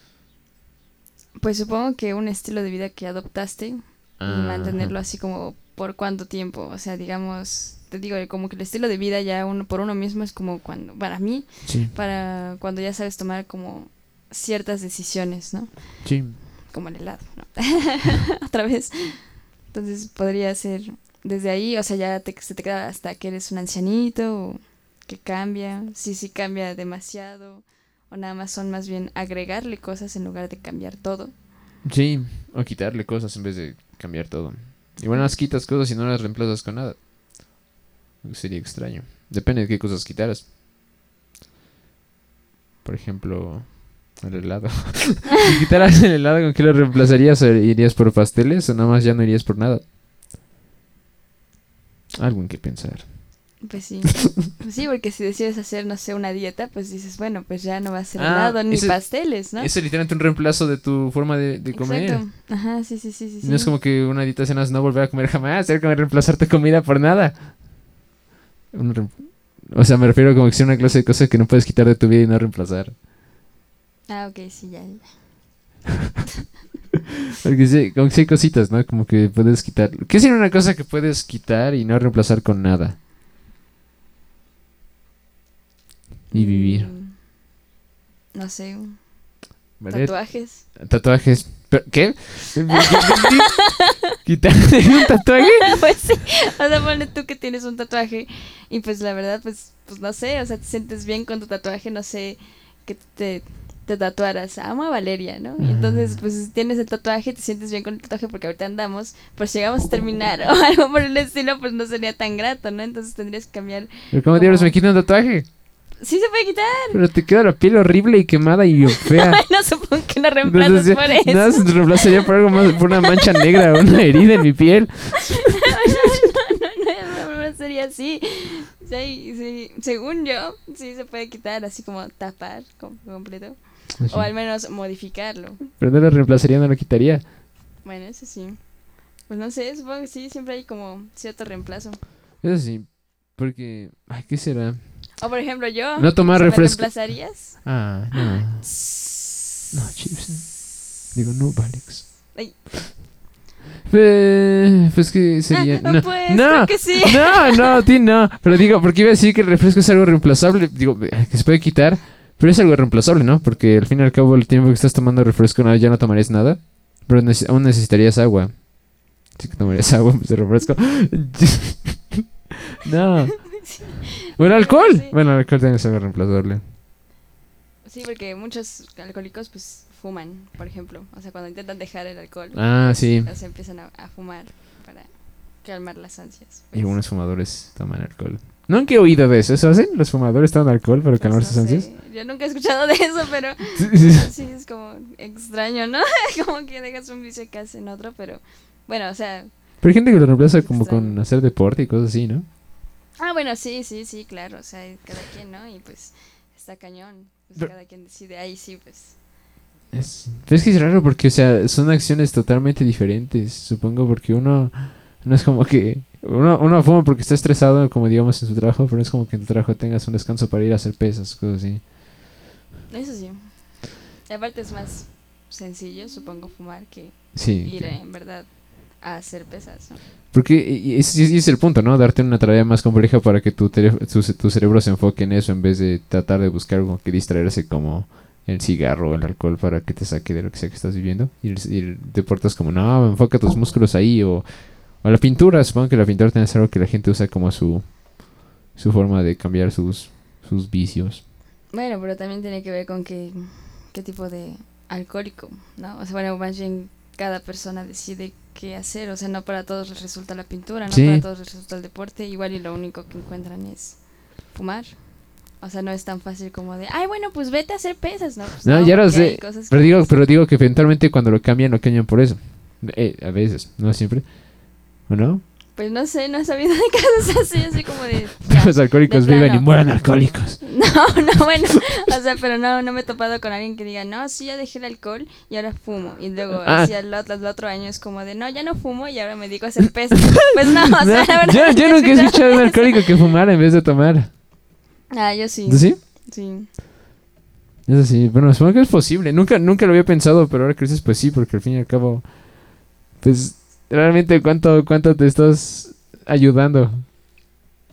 Pues supongo que un estilo de vida que adoptaste y mantenerlo así como por cuánto tiempo, o sea, digamos, te digo, como que el estilo de vida ya uno por uno mismo es como cuando, para mí, Sí, para cuando ya sabes tomar como ciertas decisiones, ¿no? sí. Como el helado, ¿no? Otra vez. Entonces podría ser desde ahí, o sea, ya se te queda hasta que eres un ancianito, o que cambia, sí cambia demasiado, o nada más son más bien agregarle cosas en lugar de cambiar todo. Sí, o quitarle cosas en vez de cambiar todo. Y bueno, las quitas cosas y no las reemplazas con nada. Sería extraño. Depende de qué cosas quitaras. Por ejemplo, el helado. Si quitaras el helado, ¿con qué lo reemplazarías? ¿Irías por pasteles o nada más ya no irías por nada? Algo en qué pensar. Pues sí. Pues sí, porque si decides hacer, no sé, una dieta, pues dices, bueno, pues ya no va a ser Ah, helado ni ese- pasteles, ¿no? Eso es literalmente un reemplazo de tu forma de comer. Exacto. Ajá, sí. No es como que una dieta de cenas no volver a comer jamás, es como reemplazar tu comida por nada. O sea, me refiero como que sea una clase de cosas que no puedes quitar de tu vida y no reemplazar. Ah, ok, sí, ya. Porque sí, como que sí hay cositas, ¿no? Como que puedes quitar. ¿Qué sería una cosa que puedes quitar y no reemplazar con nada? Y vivir. No sé, ¿Vale? tatuajes. Tatuajes. ¿Qué? ¿Quitarte un tatuaje? Pues sí, o sea, ponle tú que tienes un tatuaje y pues la verdad, pues no sé, o sea, te sientes bien con tu tatuaje, no sé, que te tatuaras, amo a Valeria, ¿no? Y entonces, pues si tienes el tatuaje, te sientes bien con el tatuaje porque ahorita andamos, pues si llegamos a terminar o algo por el estilo, pues no sería tan grato, ¿no? Entonces tendrías que cambiar. ¿Pero cómo diablos me quito un tatuaje? Sí se puede quitar. Pero te queda la piel horrible y quemada y fea. No supongo que lo reemplazas Entonces, por eso. nada, se reemplazaría por algo más, por una mancha negra, una herida en mi piel. No sería así. Sí, según yo, sí se puede quitar, así como tapar completo. O al menos modificarlo. Pero no lo reemplazaría, no lo quitaría. Bueno, eso sí. Pues no sé, supongo que sí, siempre hay como cierto reemplazo. Eso sí, porque... Ay, ¿qué será? O por ejemplo yo, No tomar ¿me refresco. reemplazarías? Ah, no. No, chips. Digo, no, Alex. Ay. Pues que sería... No, Pues, no, creo que sí. no, ti no. Pero digo, porque iba a decir que el refresco es algo reemplazable. Digo, que se puede quitar. Pero es algo reemplazable, ¿no? Porque al fin y al cabo, el tiempo que estás tomando refresco, no, ya no tomarías nada. Pero aún necesitarías agua. Sí que tomarías agua pues, de refresco. No. Bueno, alcohol. Sí. Bueno, el alcohol también es algo reemplazable. Sí, porque muchos alcohólicos pues fuman, por ejemplo. O sea, cuando intentan dejar el alcohol, Ah, sí. o sea, empiezan a fumar para calmar las ansias. Y algunos fumadores toman alcohol. Nunca he oído de eso. ¿Eso hacen? ¿Los fumadores toman alcohol para calmar Pues sus no ansias? sé, yo nunca he escuchado de eso, pero sí es como extraño, ¿no? Como que dejas un vicio que hace en otro, pero bueno, o sea... Pero hay gente que lo reemplaza como Extraño. con hacer deporte y cosas así, ¿no? Ah, bueno, sí, claro, o sea, cada quien, ¿no? Y pues está cañón, pues Pero- cada quien decide, ahí sí, pues... Pero es que es raro porque, o sea, son acciones totalmente diferentes, supongo, porque uno no es como que... Uno fuma porque está estresado, como digamos, en su trabajo, pero no es como que en tu trabajo tengas un descanso para ir a hacer pesas, cosas así. Eso sí. Y aparte es más sencillo, supongo, fumar que Sí. ir en verdad a hacer pesas, ¿no? Porque ese es el punto, ¿no? Darte una tarea más compleja para que tu cerebro se enfoque en eso en vez de tratar de buscar algo que distraerse como el cigarro o el alcohol para que te saque de lo que sea que estás viviendo. Y te portas como, no, enfoca tus músculos ahí o la pintura. Supongo que la pintura también es algo que la gente usa como su forma de cambiar sus vicios. Bueno, pero también tiene que ver con qué tipo de alcohólico, ¿no? O sea, bueno, más bien cada persona decide qué hacer, o sea, no para todos les resulta la pintura, no Sí. para todos les resulta el deporte, igual y lo único que encuentran es fumar. O sea, no es tan fácil como de, ay, bueno, pues vete a hacer pesas, ¿no? Pues No, ya lo porque sé. hay cosas Pero que- digo que eventualmente cuando lo cambian, lo cambian por eso. A veces, no siempre. ¿O no? Pues no sé, no he sabido de casos así como de... ya, Los alcohólicos de viven y plano. mueren alcohólicos. No, bueno, o sea, pero no me he topado con alguien que diga, no, sí, ya dejé el alcohol y ahora fumo. Y luego, Ah. así al otro año es como de, no, ya no fumo y ahora me dedico a hacer pesas. Pues no, o sea, la verdad. Yo nunca he escuchado a un alcohólico que fumara en vez de tomar. Ah, yo sí. ¿Tú sí? Sí. Eso sí, bueno, supongo que es posible. Nunca lo había pensado, pero ahora que dices, pues sí, porque al fin y al cabo, pues, realmente, ¿cuánto te estás ayudando?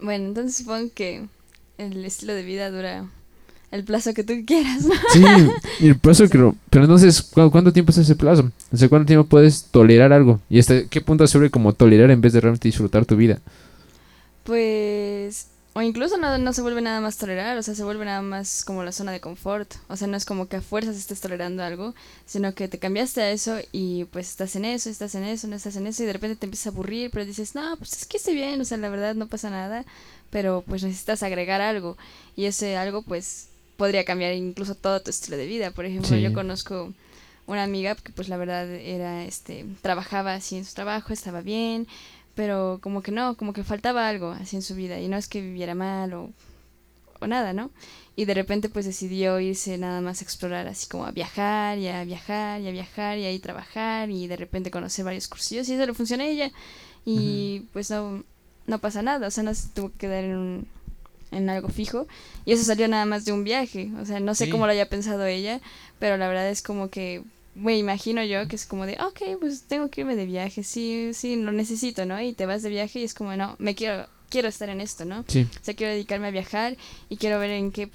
Bueno, entonces supongo que el estilo de vida dura el plazo que tú quieras, ¿no? Sí, y el plazo Sí. que pero entonces, ¿cuánto tiempo es ese plazo? O sea, ¿cuánto tiempo puedes tolerar algo? ¿Y hasta qué punto se vuelve como tolerar en vez de realmente disfrutar tu vida? Pues, o incluso no se vuelve nada más tolerar, o sea, se vuelve nada más como la zona de confort. O sea, no es como que a fuerzas estés tolerando algo, sino que te cambiaste a eso y pues estás en eso, estás en eso, no estás en eso y de repente te empiezas a aburrir, pero dices, no, pues es que estoy bien, o sea, la verdad no pasa nada, pero pues necesitas agregar algo y ese algo pues podría cambiar incluso todo tu estilo de vida. Por ejemplo, yo Sí. conozco una amiga que pues la verdad era, trabajaba así en su trabajo, estaba bien, pero como que no, como que faltaba algo así en su vida y no es que viviera mal o nada, ¿no? Y de repente pues decidió irse nada más a explorar, así como a viajar y a viajar y a viajar y ahí trabajar y de repente conocer varios cursillos y eso le funcionó a ella Ujú. y pues no pasa nada, o sea, no se tuvo que quedar en algo fijo y eso salió nada más de un viaje, o sea, no sé cómo Sí. lo haya pensado ella, pero la verdad es como que me imagino yo que es como de, ok, pues tengo que irme de viaje, sí, sí, lo necesito, ¿no? Y te vas de viaje y es como, no, quiero estar en esto, ¿no? Sí. O sea, quiero dedicarme a viajar y quiero ver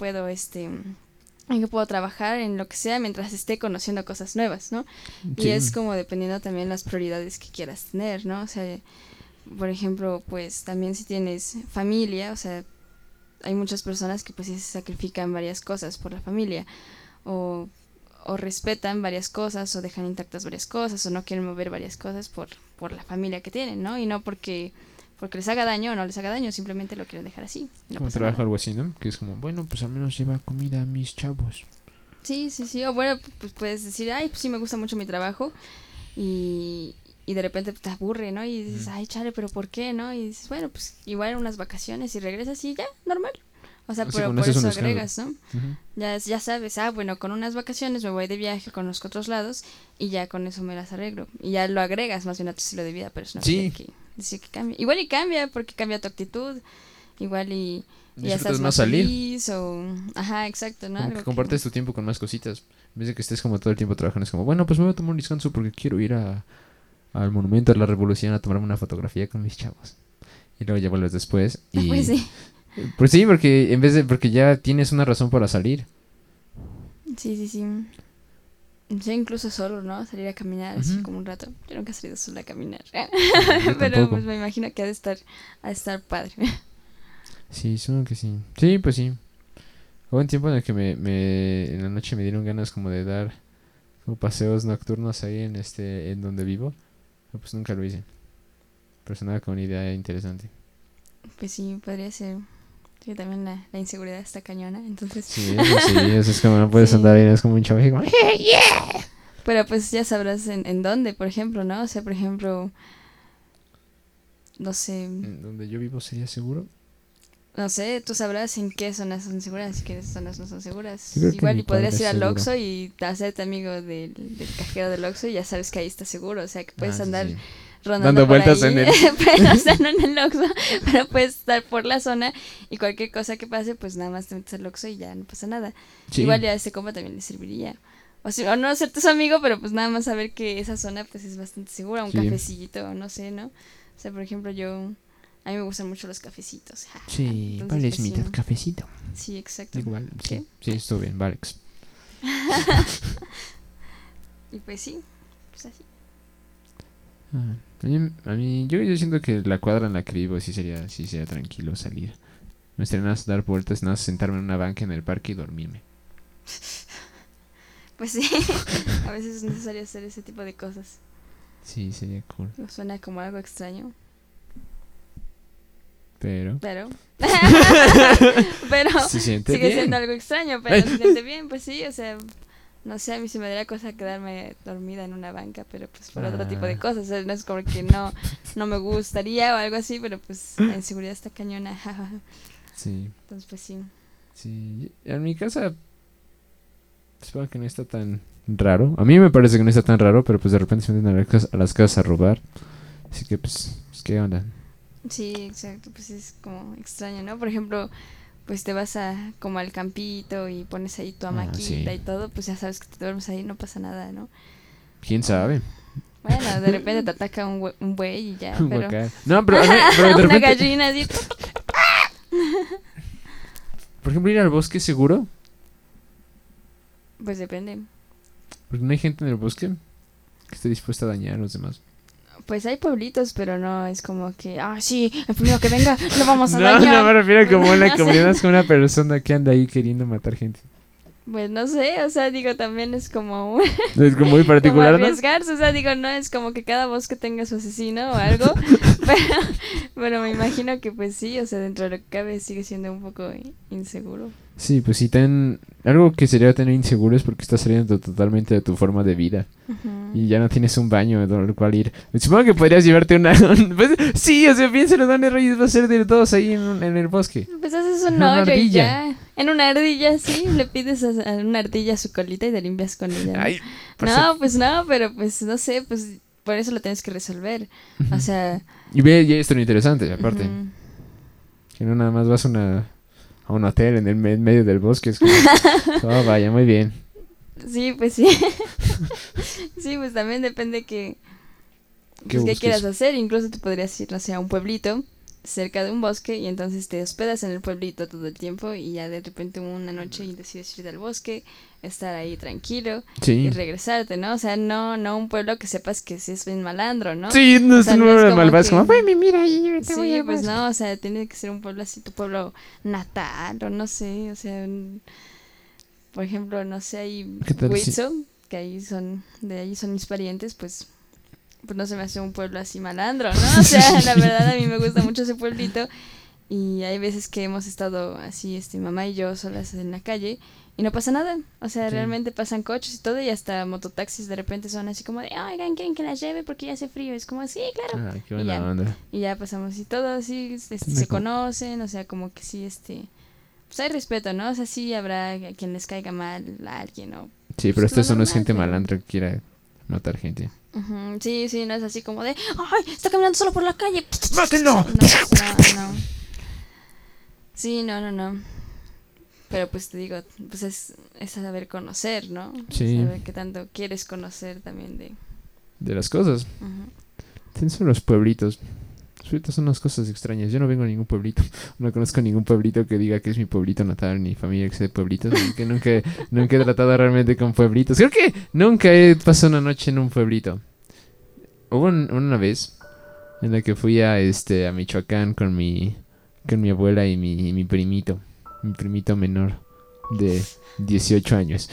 en qué puedo trabajar, en lo que sea, mientras esté conociendo cosas nuevas, ¿no? Y Sí. es como dependiendo también las prioridades que quieras tener, ¿no? O sea, por ejemplo, pues también si tienes familia, o sea, hay muchas personas que pues sí se sacrifican varias cosas por la familia o, o respetan varias cosas o dejan intactas varias cosas o no quieren mover varias cosas por la familia que tienen, ¿no? Y no porque les haga daño o no les haga daño, simplemente lo quieren dejar así, no Como pasa trabajo nada. algo así, ¿no? Que es como, bueno, pues al menos lleva comida a mis chavos. Sí, sí, sí, o bueno, pues puedes decir, ay, pues sí me gusta mucho mi trabajo y, y de repente te aburre, ¿no? Y dices, Ujú. ay, chale, pero ¿por qué, no? Y dices, bueno, pues igual unas vacaciones y regresas y ya, normal. O sea, Así pero como por haces un eso descanso. agregas, ¿no? Ujú. Ya sabes, bueno, con unas vacaciones me voy de viaje, conozco otros lados y ya con eso me las arreglo. Y ya lo agregas más bien a tu estilo de vida, pero eso no quiere Sí. que decir que cambie. Igual y cambia porque cambia tu actitud, igual y ya Disfrutas estás más más salir. feliz o... Ajá, exacto, ¿no? Como que Algo que... compartes tu tiempo con más cositas. En vez de que estés como todo el tiempo trabajando, es como, bueno, pues me voy a tomar un descanso porque quiero ir al Monumento de la Revolución a tomarme una fotografía con mis chavos. Y luego ya vuelves después Pues y... sí, Pues sí, porque en vez de... Porque ya tienes una razón para salir. sí, sí, sí. Yo incluso solo, ¿no? Salir a caminar así Ujú. como un rato. Yo nunca he salido sola a caminar. Yo Pero tampoco. pues me imagino que ha de estar padre. Sí, supongo que sí. Sí, pues sí. Hubo un tiempo en el que en la noche me dieron ganas como de dar como paseos nocturnos ahí en donde vivo. Pero pues nunca lo hice. Pero sonaba como una idea interesante. Pues sí, podría ser. Sí, también la inseguridad está cañona, entonces... Sí, eso es como no puedes andar ahí, Sí, es como un chavo así como, pero pues ya sabrás en dónde, por ejemplo, ¿no? O sea, por ejemplo, no sé, ¿en donde yo vivo sería seguro? no sé, tú sabrás en qué zonas son seguras y qué zonas no son Yo seguras. creo que en Igual mi y cuadra podrías es ir al seguro. Oxxo y hacerte amigo del cajero del Oxxo y ya sabes que ahí está seguro, o sea, que puedes Ah, sí, andar sí. rondando Dando por vueltas en ahí, él. pero o sea, no en el Oxxo, pero puedes estar por la zona y cualquier cosa que pase, pues nada más te metes al Oxxo y ya no pasa nada. Sí, Igual ya a ese compa también le serviría. O no ser tu amigo, pero pues nada más saber que esa zona pues es bastante segura, un sí. cafecito, no sé, ¿no? O sea, por ejemplo, a mí me gustan mucho los cafecitos. Sí, Entonces, vale, es pues sí, mitad cafecito. sí, exacto. Digo, vale, sí. ¿Qué? Sí, estuvo bien, Valex. Y pues sí, pues así. Yo siento que la cuadra en la que vivo sí sería tranquilo salir. Me estaría nada más dar vueltas, nada más sentarme en una banca en el parque y dormirme. Pues sí, a veces es necesario hacer ese tipo de cosas. Sí, sería cool. Suena como algo extraño, Pero pero... pero se siente sigue bien. siendo algo extraño, pero se siente bien, pues sí, o sea... No sé, a mí se me daría cosa quedarme dormida en una banca, pero pues por otro tipo de Ah, cosas. O sea, no es como que no me gustaría o algo así, pero pues la inseguridad está cañona. sí, Entonces, pues sí. sí. En mi casa, supongo que no está tan raro. A mí me parece que no está tan raro, pero pues de repente se meten a las casas a robar. Así que pues ¿qué onda? Sí, exacto, pues es como extraño, ¿no? Por ejemplo, pues te vas como al campito y pones ahí tu Ah, hamaquita sí. y todo, pues ya sabes que te duermes ahí, no pasa nada, ¿no? ¿Quién O, sabe? bueno, de repente te ataca un buey y ya, Un pero... guacal. No, pero, pero de una repente... gallina así... Por ejemplo, ir al bosque seguro. Pues depende. Porque no hay gente en el bosque que esté dispuesta a dañar a los demás. Pues hay pueblitos, pero no es como que, sí, el primero que venga lo vamos a No, dañar. no me refiero como una No sé. comunidad, es como una persona que anda ahí queriendo matar gente. Pues no sé, o sea, digo, también es como Es como muy como particular, ¿no? arriesgarse, o sea, digo, no es como que cada bosque tenga su asesino o algo, pero me imagino que pues sí, o sea, dentro de lo que cabe sigue siendo un poco inseguro. Sí, pues sí, algo que sería tener inseguro es porque estás saliendo totalmente de tu forma de vida. Ujú. Y ya no tienes un baño al cual ir. Supongo que podrías llevarte una... pues, sí, o sea, piénsalo, ¿dónde rayos va a ser de todos ahí en el bosque? Pues haces un Una hoyo y ardilla. ya. En una ardilla, sí, le pides a una ardilla su colita y te limpias con ella. ¿No? Ay, No, pues no, pero pues no sé, pues por eso lo tienes que resolver. O sea, Y ve, y esto es lo interesante, aparte. ujú. Que no nada más vas a un hotel en el medio del bosque. Es como... oh, vaya, muy bien. Sí, pues sí. Sí, pues también depende ¿Qué qué busques? quieras hacer. Incluso te podrías ir, no sé, a un pueblito cerca de un bosque y entonces te hospedas en el pueblito todo el tiempo y ya de repente una noche y decides ir al bosque, estar ahí tranquilo y Sí. regresarte, ¿no? O sea, no un pueblo que sepas que sí es bien malandro, ¿no? Sí, no O es sea, un no es número de como malvados. que- Como, Güey, mira ahí, ahorita voy Sí, al pues bosque. no, o sea, tiene que ser un pueblo así, tu pueblo natal o no sé, o sea, por ejemplo, no sé, hay ¿Qué tal si- Huitzo, que de ahí son mis parientes, pues no se me hace un pueblo así malandro, ¿no? O sea, la verdad a mí me gusta mucho ese pueblito y hay veces que hemos estado así, mamá y yo solas en la calle y no pasa nada, o sea, Sí. realmente pasan coches y todo y hasta mototaxis de repente son así como de, oigan, ¿quieren que las lleve porque ya hace frío? Es como, sí, claro. Ah, qué Y buena ya. onda. Y ya pasamos y todo así, Me se como- conocen, o sea, como que sí, pues hay respeto, ¿no? O sea, sí habrá a quien les caiga mal a alguien, ¿no? Sí, pero Pues esto lo no es normal, gente pero- malandra que quiera matar gente. Ujú, sí, sí, no es así como de, ¡ay, está caminando solo por la calle! ¡Mátenlo! No, pues no. Sí, no. Pero pues te digo, pues es saber conocer, ¿no? Sí. Saber qué tanto quieres conocer también de... De las cosas. Ujú. Son los pueblitos. Los pueblitos son unas cosas extrañas. Yo no vengo a ningún pueblito. No conozco ningún pueblito que diga que es mi pueblito natal, ni familia que sea de pueblitos. Que nunca he tratado realmente con pueblitos. Creo que nunca he pasado una noche en un pueblito. Hubo una vez en la que fui a Michoacán con mi abuela y mi primito. Mi primito menor de 18 años.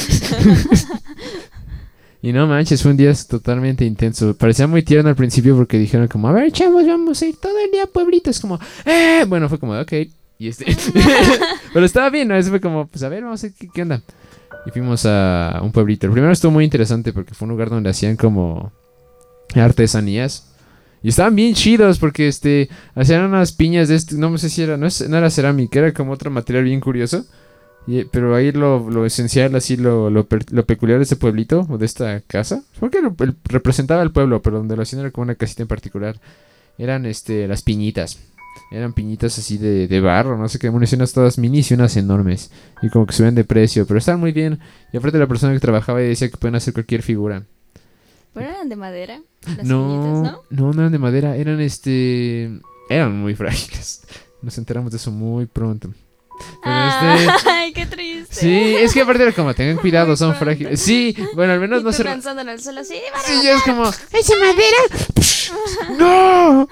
Y no manches, fue un día totalmente intenso. Parecía muy tierno al principio porque dijeron como, a ver, chavos, vamos a ir todo el día a pueblitos. Como, bueno, fue como, ok. Y pero estaba bien, ¿no? Eso fue como, pues a ver, vamos a ver qué onda. Y fuimos a un pueblito. El primero estuvo muy interesante porque fue un lugar donde hacían como artesanías. Y estaban bien chidos porque hacían unas piñas de no sé si era, no era cerámica, era como otro material bien curioso. Pero ahí lo esencial, así lo peculiar de este pueblito o de esta casa, porque representaba el pueblo, pero donde lo hacían era como una casita en particular. Eran las piñitas. Eran piñitas así de barro, no sé qué, municiones todas minis y unas enormes. Y como que subían de precio, pero estaban muy bien. Y aparte la persona que trabajaba ahí decía que pueden hacer cualquier figura. ¿Pero eran de madera? Las piñitas, No, ¿no? no eran de madera, eran muy frágiles. Nos enteramos de eso muy pronto. Pero Ay, qué triste. sí, es que aparte era como, tengan cuidado, Muy son pronto. frágiles. Sí, bueno, al menos Y no tú se... lanzando en el suelo así, Sí, ya es como, ¿Es de madera? ¡no!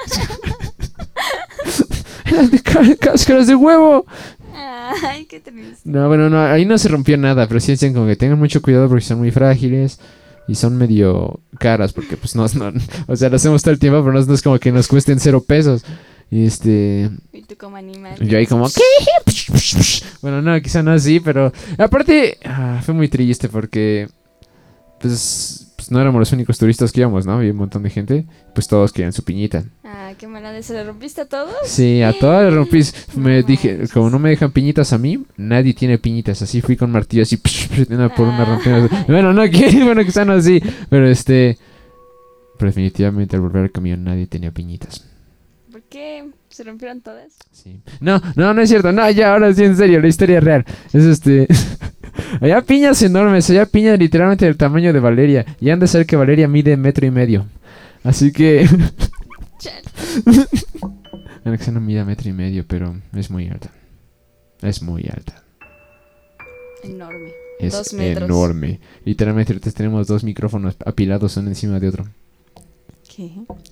Eran de cáscaras de huevo. ay, qué triste. No, bueno, no, ahí no se rompió nada, pero sí decían como que tengan mucho cuidado porque son muy frágiles y son medio caras porque pues no, o sea, lo hacemos todo el tiempo, pero no es como que nos cuesten 0 pesos. Y Y tú como animal. yo ahí como, ¿qué? Bueno, no, quizá no así, pero aparte fue muy triste porque pues no éramos los únicos turistas que íbamos, ¿no? Había un montón de gente, pues todos querían su piñita. Ah, qué mala. ¿Se le rompiste a todos? Sí, a todas las rompí. Me No dije, manches. como no me dejan piñitas a mí, nadie tiene piñitas. Así fui con martillo, así, una por una rompiendo. Ay. Bueno, no, bueno, quizá no así, pero pero definitivamente al volver al camión nadie tenía piñitas. ¿Por qué? ¿Se rompieron todas? Sí. No es cierto. No, ya, ahora sí, en serio, la historia es real. Es había piñas enormes, había piñas literalmente del tamaño de Valeria. Y han de ser que Valeria mide 1,5 metros. Así que... Chale. Bueno, que no mide 1,5 metros, pero es muy alta. Es muy alta. Enorme. Es 2 metros. enorme. Literalmente ahorita tenemos 2 micrófonos apilados uno encima de otro. ¿Qué?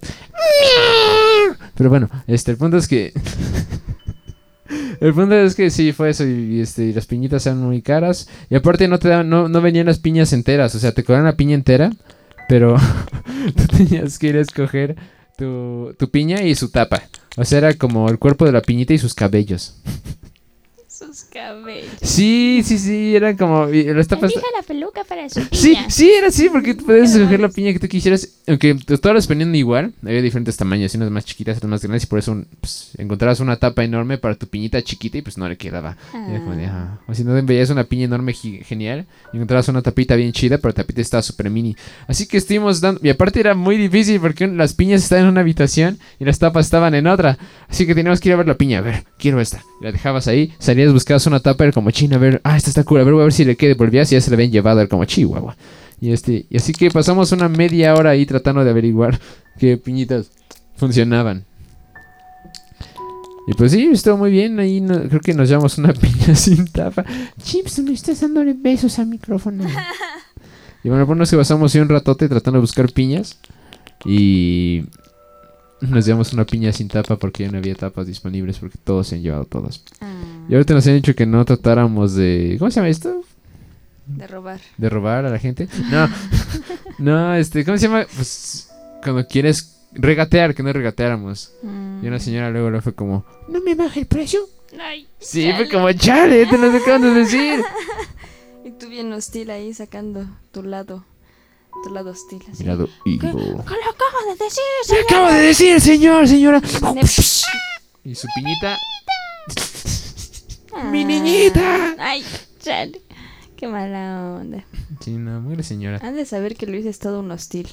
Pero bueno, el punto es que... El punto es que sí, fue eso. Y las piñitas eran muy caras. Y aparte no venían las piñas enteras. O sea, te cobraban la piña entera. Pero tú tenías que ir a escoger tu piña y su tapa. O sea, era como el cuerpo de la piñita y sus cabellos. Sus cabellos. Sí, eran como... Las tapas... Elija la peluca para su Sí, piña. sí, era así, porque tú podías escoger la piña que tú quisieras. Aunque todas las venían igual, había diferentes tamaños, unas más chiquitas, otras más grandes, y por eso pues, encontrabas una tapa enorme para tu piñita chiquita y pues no le quedaba. Y era como de, o si no veías una piña enorme genial, y encontrabas una tapita bien chida, pero la tapita estaba súper mini. Así que estuvimos dando... Y aparte era muy difícil porque las piñas estaban en una habitación y las tapas estaban en otra. Así que teníamos que ir a ver la piña, a ver, quiero esta. Y la dejabas ahí, salías, buscabas una tapa, era como china, a ver, esta está cool, a ver, voy a ver si le queda, volvías y ya se la habían llevado, era como chihuahua. Y así que pasamos una media hora ahí tratando de averiguar qué piñitas funcionaban. Y pues sí, estuvo muy bien, ahí creo que nos llevamos una piña sin tapa. Chips, me estás dándole besos al micrófono. Y bueno, pues nos pasamos ahí un ratote tratando de buscar piñas. Y nos llevamos una piña sin tapa porque ya no había tapas disponibles porque todos se han llevado todas. Y ahorita nos han dicho que no tratáramos de... ¿Cómo se llama esto? De robar. ¿De robar a la gente? No. No, ¿cómo se llama? Pues cuando quieres regatear, que no regateáramos. Y una señora luego fue como... ¿No me baja el precio? Ay, Sí, fue como, chale, te lo acaban de decir. y tú bien hostil ahí sacando tu lado hostil. Así. Mirado evil. ¿Qué lo acabo de decir, ¿Qué señor? acaba de decir, señora? Y su piñita... ¡Mi niñita! Ay, chale. Qué mala onda. Sí, no, muere señora. Han de saber que Luis es todo un hostil.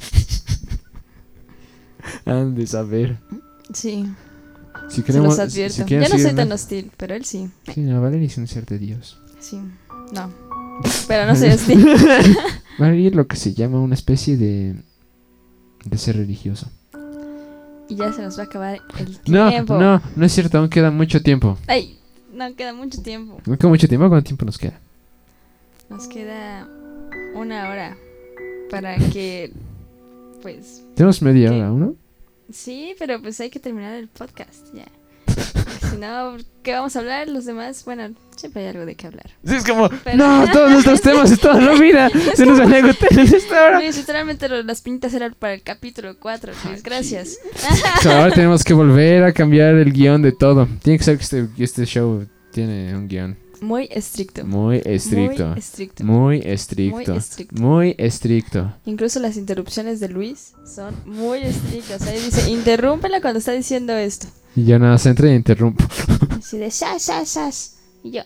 Han de saber. Sí, Si se los advierto. si quieren Yo no soy seguirnos- tan hostil, pero él sí. Sí, no, Valeria es un ser de Dios. Sí. No. Pero no soy hostil. Valeria es lo que se llama una especie de ser religioso. Y ya se nos va a acabar el No, tiempo. no es cierto, aún queda mucho tiempo. Ay, no queda mucho tiempo. ¿No queda mucho tiempo? ¿Cuánto tiempo nos queda? Nos queda 1 hora para que, pues, Tenemos media ¿Qué? hora, ¿no? sí, pero pues hay que terminar el podcast ya. Porque si no, ¿qué vamos a hablar? Los demás, bueno, siempre hay algo de qué hablar. Sí, es como, Pero- no, todos nuestros temas de toda la vida se nos van a agotar en esta hora. Luis, literalmente las pintas eran para el capítulo 4, Luis, gracias. O sea, ahora tenemos que volver a cambiar el guión de todo. Tiene que ser que este show tiene un guión Muy estricto. muy estricto. Muy estricto. Muy estricto. Muy estricto. Muy estricto. Incluso las interrupciones de Luis son muy estrictas. Ahí dice, interrúmpela cuando está diciendo esto. Y yo nada, se entra e interrumpo. Así de sas. Y yo,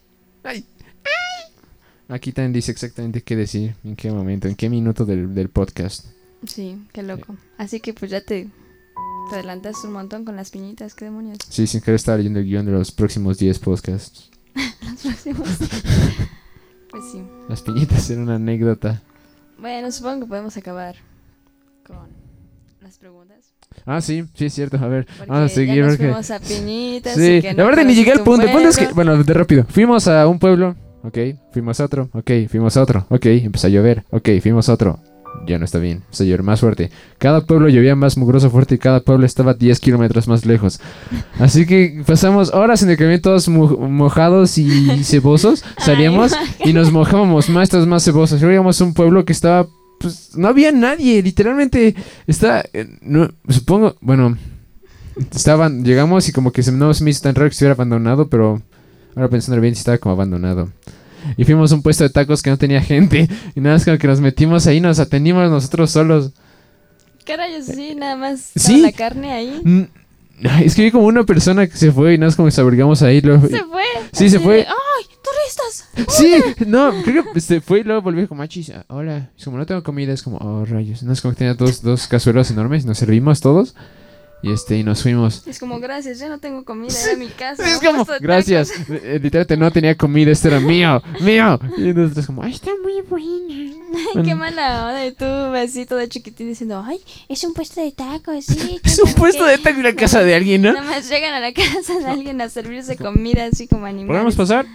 Aquí también dice exactamente qué decir, en qué momento, en qué minuto del podcast. sí, qué loco. Así que pues ya te adelantaste un montón con las piñitas, qué demonios. Sí, sin querer estaba leyendo el guión de los próximos 10 podcasts. Los próximos. Pues sí. Las piñitas eran una anécdota. Bueno, supongo que podemos acabar con las preguntas. Ah, sí, es cierto. A ver, Porque vamos a seguir. ya nos porque... fuimos a piñitas. Sí, y que no la verdad ni llegué al conociste un punto. El punto es que, pueblo. bueno, de rápido. Fuimos a un pueblo, ok. Fuimos a otro, ok. Fuimos a otro, ok. Empezó a llover, ok. Fuimos a otro. Ya no está bien, empezó a llover más fuerte. Cada pueblo llovía más mugroso fuerte y cada pueblo estaba 10 kilómetros más lejos. Así que pasamos horas en el camión todos mojados y cebosos. Salíamos y nos mojábamos más, todos más cebosos. Luego llegamos a un pueblo que estaba, pues, no había nadie. Literalmente, está, no, supongo, bueno, llegamos y como que no se me hizo tan raro que estuviera abandonado, pero ahora pensando bien, sí estaba como abandonado. Y fuimos a un puesto de tacos que no tenía gente. Y nada más como que nos metimos ahí, nos atendimos nosotros solos. Carayos, sí, nada más Sí. la carne ahí. Es que vi como una persona que se fue y nada más como que nos abrigamos ahí. Luego, Se fue. Sí, así se fue. de, ¡ay, turistas! sí, no, creo que se fue y luego volvió como machis. Hola, es como no tengo comida, es como, oh rayos. No es como que tenía dos cazuelas enormes, nos servimos todos. y nos fuimos. Es como, gracias, ya no tengo comida, era mi casa. Es un como, puesto de gracias. tacos. Literalmente no tenía comida, este era mío. Y nosotros como, ay, Está muy buena. Ay, qué mala onda. Y tú, besito de chiquitín diciendo, ay, Es un puesto de tacos, sí. es un puesto de taco en la casa de alguien, ¿no? nada más llegan a la casa de alguien a servirse comida así como animales. ¿Podemos pasar?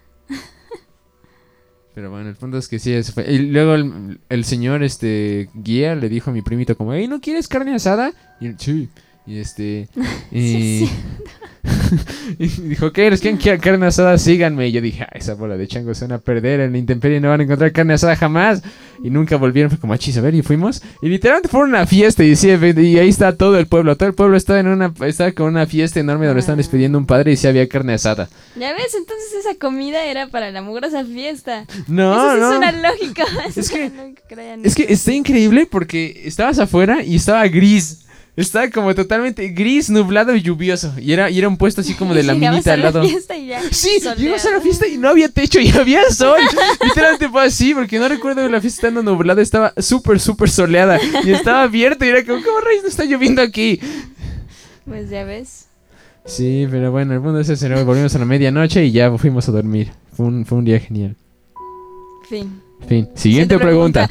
Pero bueno, el punto es que sí, eso fue. Y luego el señor guía le dijo a mi primito como, hey, ¿no quieres carne asada? Y él, sí. Y Sí, y dijo, ¿qué? ¿Les quieren carne asada? Síganme. Y yo dije, esa bola de changos se van a perder en la intemperie, no van a encontrar carne asada jamás. Y nunca volvieron, fue como, achis, a ver, y fuimos. Y literalmente fueron a una fiesta, y, sí, y ahí está todo el pueblo. Todo el pueblo estaba con una fiesta enorme donde estaban despidiendo a un padre y sí había carne asada. Ya ves, entonces esa comida era para la mugrosa fiesta. No, Eso sí no. suena lógico. Es que está increíble porque estabas afuera y estaba gris. Estaba como totalmente gris, nublado y lluvioso. Y era un puesto así como de la minita al lado. Sí, llegamos a la fiesta y no había techo y había sol. Literalmente fue así, porque no recuerdo la fiesta estando nublada. Estaba súper, súper soleada. Y estaba abierto y era como, ¿cómo rayos no está lloviendo aquí? Pues ya ves. Sí, pero bueno, el mundo es ese. Volvimos a la medianoche y ya fuimos a dormir. Fue un día genial. Fin. Siguiente pregunta.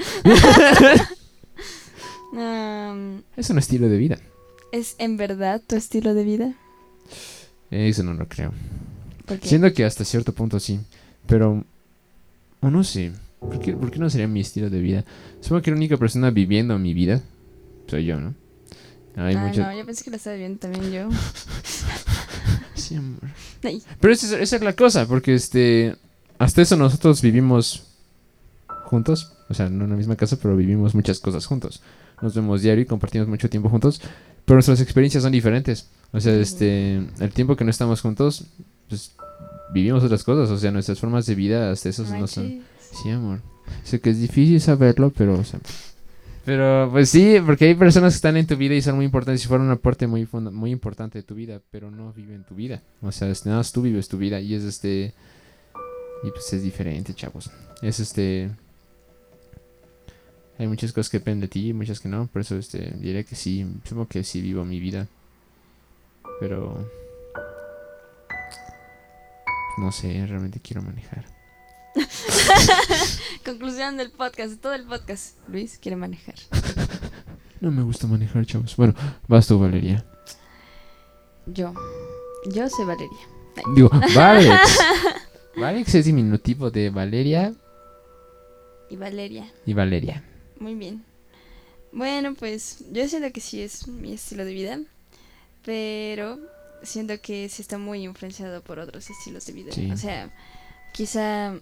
Es un estilo de vida. ¿Es en verdad tu estilo de vida? Eso no lo creo. ¿Por qué? Siento que hasta cierto punto sí. Pero, o no sé. ¿Por qué no sería mi estilo de vida? Supongo que la única persona viviendo mi vida soy yo, ¿no? Hay muchas... No, yo pensé que lo estaba viendo también yo. Sí, amor. Ay. Pero esa es la cosa, porque hasta eso nosotros vivimos juntos. O sea, no en la misma casa, pero vivimos muchas cosas juntos. Nos vemos diario y compartimos mucho tiempo juntos. Pero nuestras experiencias son diferentes. O sea, el tiempo que no estamos juntos, pues vivimos otras cosas. O sea, nuestras formas de vida hasta eso no son... Sí, amor. Sé que es difícil saberlo, pero... O sea, pero pues sí, porque hay personas que están en tu vida y son muy importantes y fueron una parte muy importante de tu vida, pero no viven tu vida. O sea, nada más tú vives tu vida y es y pues es diferente, chavos. Es hay muchas cosas que dependen de ti y muchas que no, por eso diré que sí, supongo que sí vivo mi vida. Pero no sé, realmente quiero manejar. Conclusión del podcast, de todo el podcast. Luis quiere manejar. No me gusta manejar, chavos. Bueno, vas tú, Valeria. Yo soy Valeria. Ay. Digo, Valex. Valex es diminutivo de Valeria Y Valeria. y Valeria. Muy bien. Bueno, pues yo siento que sí es mi estilo de vida, pero siento que sí está muy influenciado por otros estilos de vida. Sí. O sea, quizá...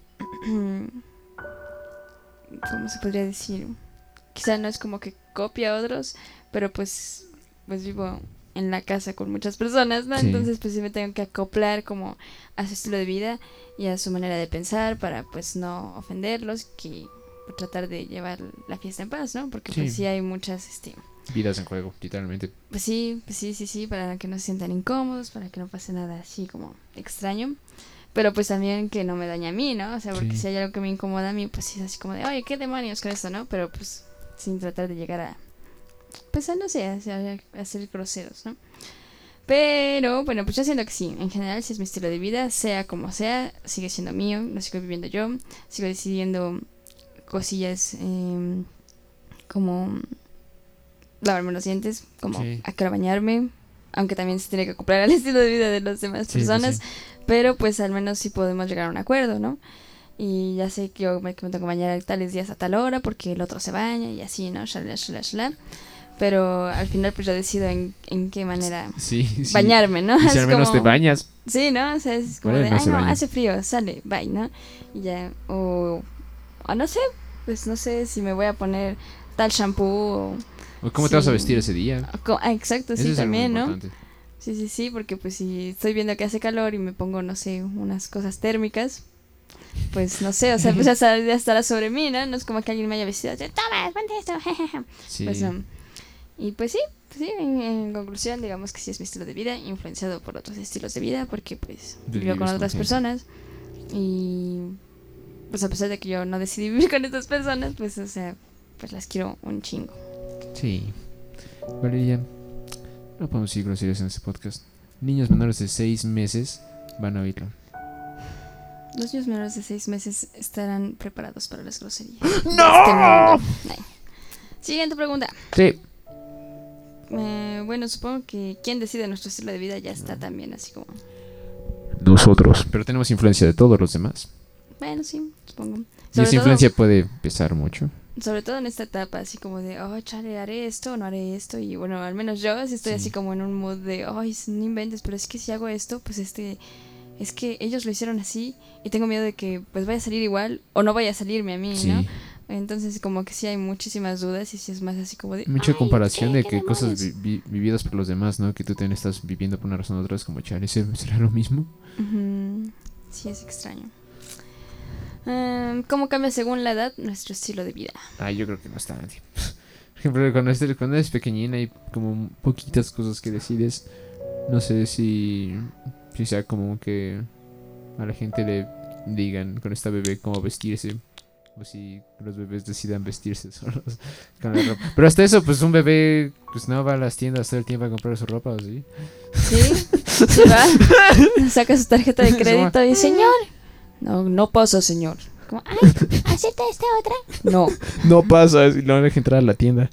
¿Cómo se podría decir? Quizá no es como que copia a otros, pero pues vivo en la casa con muchas personas, ¿no? Sí. Entonces pues sí me tengo que acoplar como a su estilo de vida y a su manera de pensar para pues no ofenderlos, que tratar de llevar la fiesta en paz, ¿no? Porque pues Sí. sí hay muchas Vidas en juego, literalmente. pues sí, para que no se sientan incómodos, para que no pase nada así como extraño. Pero pues también que no me dañe a mí, ¿no? O sea, porque Sí. si hay algo que me incomoda a mí, pues sí es así como de, oye, ¿qué demonios con esto, no? Pero pues sin tratar de llegar a, pues a no sé, a ser groseros, ¿no? Pero bueno, pues yo siento que sí, en general sí es mi estilo de vida, sea como sea, sigue siendo mío, lo sigo viviendo yo, sigo decidiendo cosillas como lavarme los dientes, como Sí. a qué hora bañarme, aunque también se tiene que acoplar al estilo de vida de las demás Sí, personas, sí. pero pues al menos sí podemos llegar a un acuerdo, ¿no? Y ya sé que yo me tengo que bañar tales días a tal hora porque el otro se baña y así, ¿no? Shalala. Pero al final pues yo decido en qué manera Sí, sí. bañarme, ¿no? Y si Es al menos como- te bañas. Sí, ¿no? O sea, es como Bueno, de, no ay, se no, baña. hace frío, sale, bye, ¿no? Y ya, o no sé, pues no sé si me voy a poner tal shampoo ¿O cómo te vas a Sí. vestir ese día? exacto, Eso sí, es algo también, muy ¿no? importante. Sí, porque pues si estoy viendo que hace calor y me pongo, no sé, unas cosas térmicas, pues no sé, o sea, pues ya estará sobre mí, ¿no? No es como que alguien me haya vestido de, toma, ponte esto, Sí. pues no. Y pues sí, en conclusión, digamos que sí es mi estilo de vida, influenciado por otros estilos de vida, porque pues vivo Vives con con otras gente. personas y pues a pesar de que yo no decidí vivir con estas personas, pues o sea, pues las quiero un chingo. Sí. Valeria, No podemos decir groserías en este podcast. Niños menores de 6 meses van a oírlo. Los niños menores de 6 meses estarán preparados para las groserías. ¡No! Siguiente pregunta. Sí. Bueno, supongo que quien decide nuestro estilo de vida ya está también así como... Nosotros. Pero tenemos influencia de todos los demás. Bueno, sí, supongo. Y esa influencia puede pesar mucho. Sobre todo en esta etapa, así como de, oh, chale, haré esto o no haré esto. Y bueno, al menos yo sí estoy así como en un mood de, oh, no inventes, pero es que si hago esto, pues es que ellos lo hicieron así y tengo miedo de que pues vaya a salir igual o no vaya a salirme a mí, Sí. ¿no? Entonces como que sí hay muchísimas dudas y sí es más así como de... Mucha comparación de que ¿qué cosas demonios? vividas por los demás, ¿no? Que tú también estás viviendo por una razón u otra. Es como, chale, ¿será lo mismo? Ujú. Sí, es extraño. ¿Cómo cambia según la edad nuestro estilo de vida? Yo creo que no está nadie. Por ejemplo, cuando eres pequeñina hay como poquitas cosas que decides. No sé si sea como que a la gente le digan con esta bebé cómo vestirse. O si los bebés decidan vestirse solos con la ropa. Pero hasta eso, pues un bebé pues no va a las tiendas todo el tiempo a comprar su ropa, ¿o sí? ¿Sí? ¿Sí va? Saca su tarjeta de crédito y señor. No pasa, señor. Como, ay, ¿acepta esta otra? No. No pasa, no deja entrar a la tienda.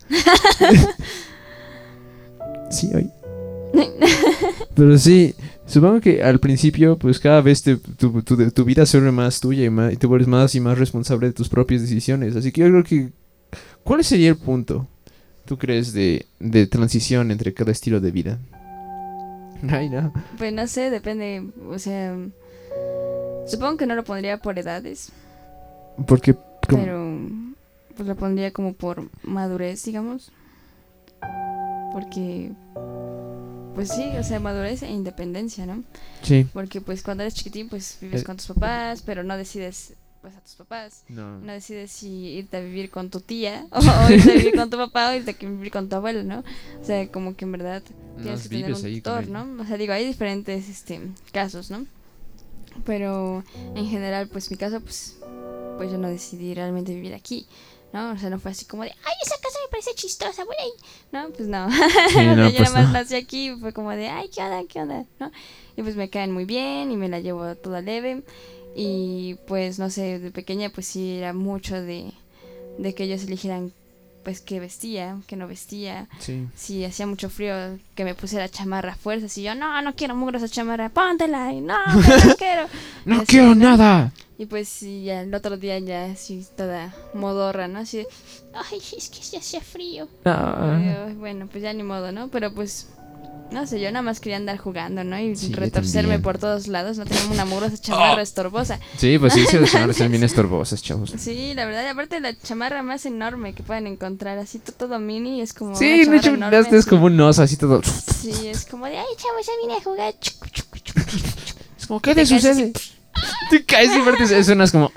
Sí, hoy. Pero sí, supongo que al principio, pues cada vez tu vida se vuelve más tuya y te vuelves más y más responsable de tus propias decisiones. Así que yo creo que... ¿Cuál sería el punto, tú crees, de transición entre cada estilo de vida? Ay, no. Pues no sé, depende. O sea, supongo que no lo pondría por edades, Porque... pero pues lo pondría como por madurez, digamos. Porque... Pues sí, o sea, madurez e independencia, ¿no? Sí. Porque pues cuando eres chiquitín pues vives con tus papás, pero no decides pues a tus papás. No. No decides si irte a vivir con tu tía o irte a vivir con tu papá o irte a vivir con tu abuelo, ¿no? O sea, como que en verdad tienes que tener un tutor, ¿no? O sea, digo, hay diferentes casos, ¿no? Pero en general, pues mi caso, pues yo no decidí realmente vivir aquí, ¿no? O sea, no fue así como de, ay, esa casa me parece chistosa, voy ahí. No, pues no. Sí, O no, sea, yo pues nada más no. nací aquí y fue como de, ay, qué onda, ¿no? Y pues me caen muy bien y me la llevo toda leve. Y pues, no sé, de pequeña pues sí era mucho de que ellos eligieran pues qué vestía, qué no vestía. Sí. Si hacía mucho frío, que me pusiera chamarra a fuerzas. Y yo, no quiero mugrosa chamarra, póntela. Y no, pero no quiero. ¡No Y así, quiero nada! Y pues sí, ya el otro día ya así toda modorra, ¿no? Así de, Ay, es que se hace frío. No. ay, bueno, pues ya ni modo, ¿no? Pero pues, no sé, yo nada más quería andar jugando, ¿no? Y Sí, yo retorcerme también. por todos lados. No tenía una mugrosa chamarra estorbosa. Sí, pues sí, las chamarras son bien estorbosas, chavos. Sí, la verdad, y aparte la chamarra más enorme que pueden encontrar, así todo mini, es como Sí, una de hecho, chamarra enorme, es así. como un oso, así todo. Sí, es como de, ay, Chavos, ya vine a jugar. Es como, ¿qué te sucede? Te caes y aparte suenas como...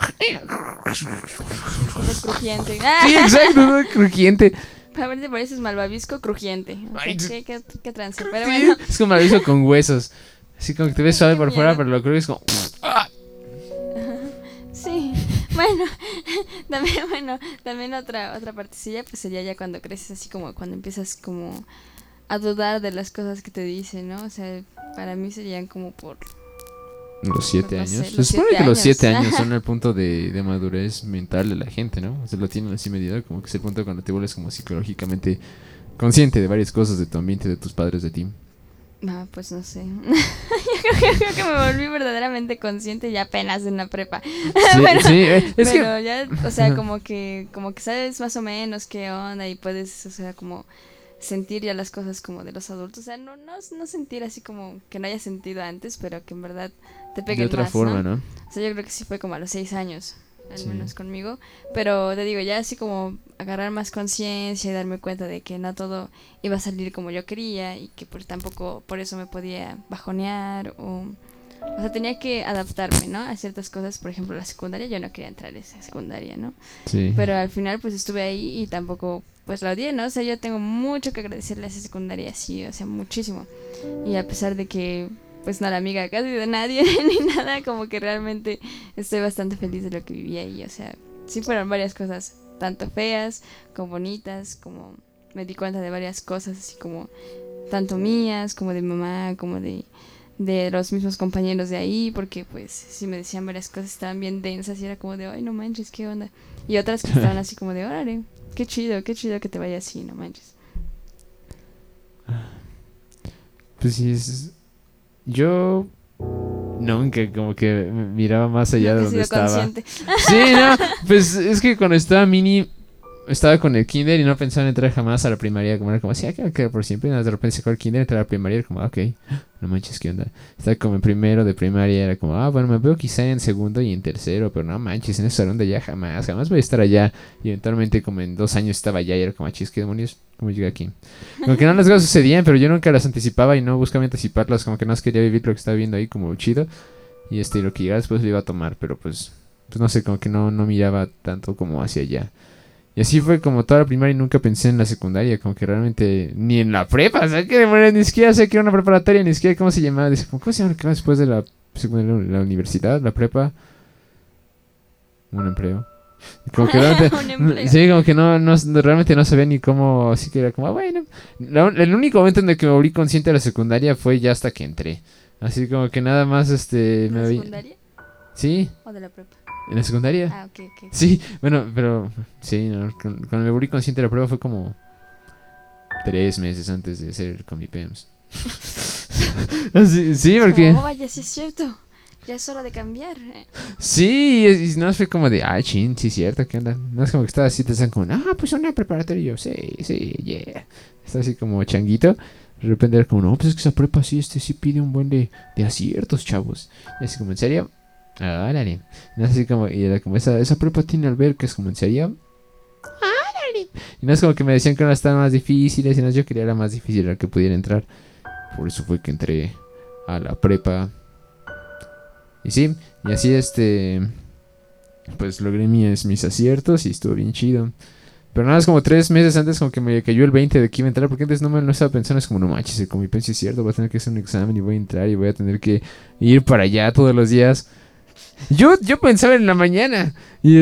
como crujiente. Sí, exacto, ¿no? Crujiente. Aparte pareces malvavisco crujiente. O sea, Ay, qué trance. Pero Sí, bueno, es como aviso con huesos. Así como que te ves suave Qué por fuera, miedo. pero lo creo que es como... sí. Bueno, también otra partecilla, pues sería ya cuando creces, así como cuando empiezas como a dudar de las cosas que te dicen, ¿no? O sea, para mí serían como por... Los 7 No sé, años. los Se supone 7 que los 7 años. años son el punto de madurez mental de la gente, ¿no? O sea, lo tienen así medido, como que es el punto cuando te vuelves como psicológicamente consciente de varias cosas de tu ambiente, de tus padres, de ti. Pues no sé. Yo creo que me volví verdaderamente consciente ya apenas en la prepa. Sí, Pero- sí, es que... Pero ya, o sea, como que sabes más o menos qué onda y puedes, o sea, como sentir ya las cosas como de los adultos. O sea, no sentir así como que no haya sentido antes, pero que en verdad te peguen De otra más, forma, ¿no? ¿no? O sea, yo creo que sí fue como a los 6 años, al Sí. menos conmigo. Pero te digo, ya así como agarrar más conciencia y darme cuenta de que no todo iba a salir como yo quería y que pues tampoco por eso me podía bajonear o sea, tenía que adaptarme, ¿no? A ciertas cosas. Por ejemplo, la secundaria, yo no quería entrar a esa secundaria, ¿no? Sí. Pero al final pues estuve ahí y tampoco pues la odié, ¿no? O sea, yo tengo mucho que agradecerle a esa secundaria, sí, o sea, muchísimo. Y a pesar de que pues no era amiga casi de nadie ni nada, como que realmente estoy bastante feliz de lo que viví ahí. O sea, sí fueron varias cosas, tanto feas como bonitas, como me di cuenta de varias cosas así como tanto mías como de mi mamá, como de los mismos compañeros de ahí, porque pues sí me decían varias cosas, estaban bien densas y era como de, ay, no manches, qué onda. Y otras que estaban así como de, órale, qué chido que te vaya así, no manches. Pues sí, yo nunca como que miraba más allá de Nunca he donde sido estaba. consciente. Sí, no, pues es que cuando estaba mini estaba con el kinder y no pensaba en entrar jamás a la primaria, como era como así, que quedar por siempre, y de repente se fue el kinder, entrar a la primaria, era como, ok, no manches, ¿qué onda? Estaba como en primero de primaria, era como, bueno, me veo quizá en segundo y en tercero, pero no manches, en ese salón de allá jamás voy a estar allá, y eventualmente como en 2 años estaba allá, y era como, chis, ¿qué demonios? ¿Cómo llegué aquí? Como que no las cosas sucedían, pero yo nunca las anticipaba y no buscaba anticiparlas, como que no quería vivir lo que estaba viendo ahí como chido, y lo que llegara después lo iba a tomar, pero pues no sé, como que no miraba tanto como hacia allá. Y así fue como toda la primaria y nunca pensé en la secundaria, como que realmente ni en la prepa, o sea, que demonios, ni siquiera sé que era una preparatoria, ni siquiera cómo se llamaba, ¿cómo se llama después de la secundaria, la universidad, la prepa? Un empleo. Como que realmente, Un empleo. sí, como que realmente no sabía ni cómo, así que era como, bueno, el único momento en el que me volví consciente de la secundaria fue ya hasta que entré. Así como que nada más, ¿De la secundaria Sí, o de la prepa? en la secundaria. Ah, ok. Sí, bueno, pero sí, no, cuando me volví consciente de la prueba fue como 3 meses antes de hacer con mi PEMS. Sí, porque Oh, vaya, sí es cierto. Ya es hora de cambiar. sí, y no fue como de, chin, sí es cierto, ¿qué onda? No es como que estaba así, te están como, pues una preparatoria, y yo, sí, yeah. Está así como changuito. De repente era como, no, pues es que esa prepa sí, sí pide un buen de aciertos, chavos. Y así como, ¿en serio? Órale. No así como, y era como, esa prepa tiene albercas, como, ¿en serio? Y no es como que me decían que no estaban más difíciles, sino yo quería la más difícil, la que pudiera entrar. Por eso fue que entré a la prepa. Y sí, y así pues logré mis aciertos y estuvo bien chido. Pero nada, es como 3 meses antes como que me cayó el 20 de que iba a entrar, porque antes no estaba pensando, es como, no manches, con mi pensé es cierto, voy a tener que hacer un examen y voy a entrar y voy a tener que ir para allá todos los días. Yo pensaba en la mañana y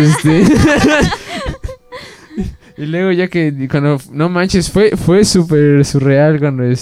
y luego ya que cuando no manches fue súper surreal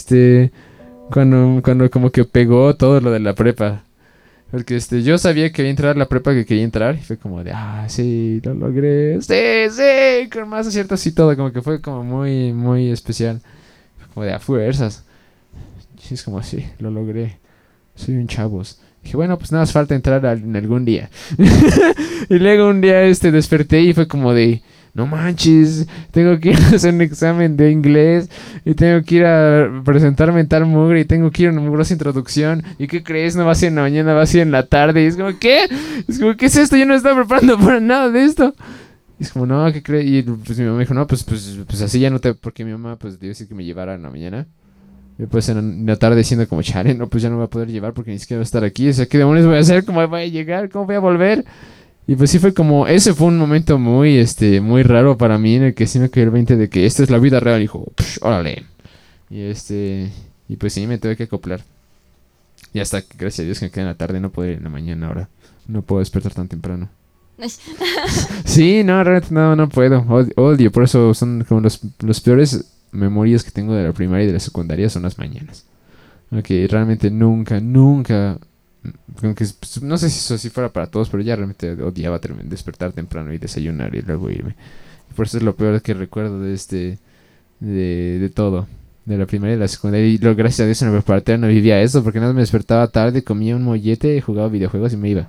cuando como que pegó todo lo de la prepa. Porque yo sabía que iba a entrar a la prepa que quería entrar y fue como de, sí, lo logré. Sí, con más aciertos y todo, como que fue como muy muy especial. Como de a fuerzas. Y es como, sí, lo logré. Soy un chavos. Dije, bueno, pues nada más falta entrar en algún día. Y luego un día desperté y fue como de, no manches, tengo que ir a hacer un examen de inglés y tengo que ir a presentarme en tal mugre y tengo que ir a una mugrosa introducción. ¿Y qué crees? No va a ser en la mañana, va a ser en la tarde. Y es como, ¿qué? Es como, ¿qué es esto? Yo no me estaba preparando para nada de esto. Y es como, no, ¿qué crees? Y pues mi mamá me dijo, no, pues así ya no te... Porque mi mamá pues dio decir que me llevara en la mañana. Y pues en la tarde diciendo como, chale, no, pues ya no voy a poder llevar porque ni siquiera voy a estar aquí. O sea, ¿qué demonios voy a hacer? ¿Cómo voy a llegar? ¿Cómo voy a volver? Y pues sí fue como, ese fue un momento muy raro para mí en el que sí me cayó el 20 de que esta es la vida real, hijo. Órale. Y y pues sí, me tuve que acoplar. Y hasta que, gracias a Dios, que me quedé en la tarde, no puedo ir en la mañana ahora. No puedo despertar tan temprano. Sí, no, realmente no puedo. Odio, por eso son como los peores memorias que tengo de la primaria y de la secundaria son las mañanas. Porque realmente nunca, como que, pues, no sé si eso sí fuera para todos, pero ya realmente odiaba despertar temprano y desayunar y luego irme. Por eso es lo peor que recuerdo de todo. De la primaria y la secundaria. Y luego, gracias a Dios en la preparatoria no vivía eso, porque nada más me despertaba tarde, comía un mollete, jugaba videojuegos y me iba.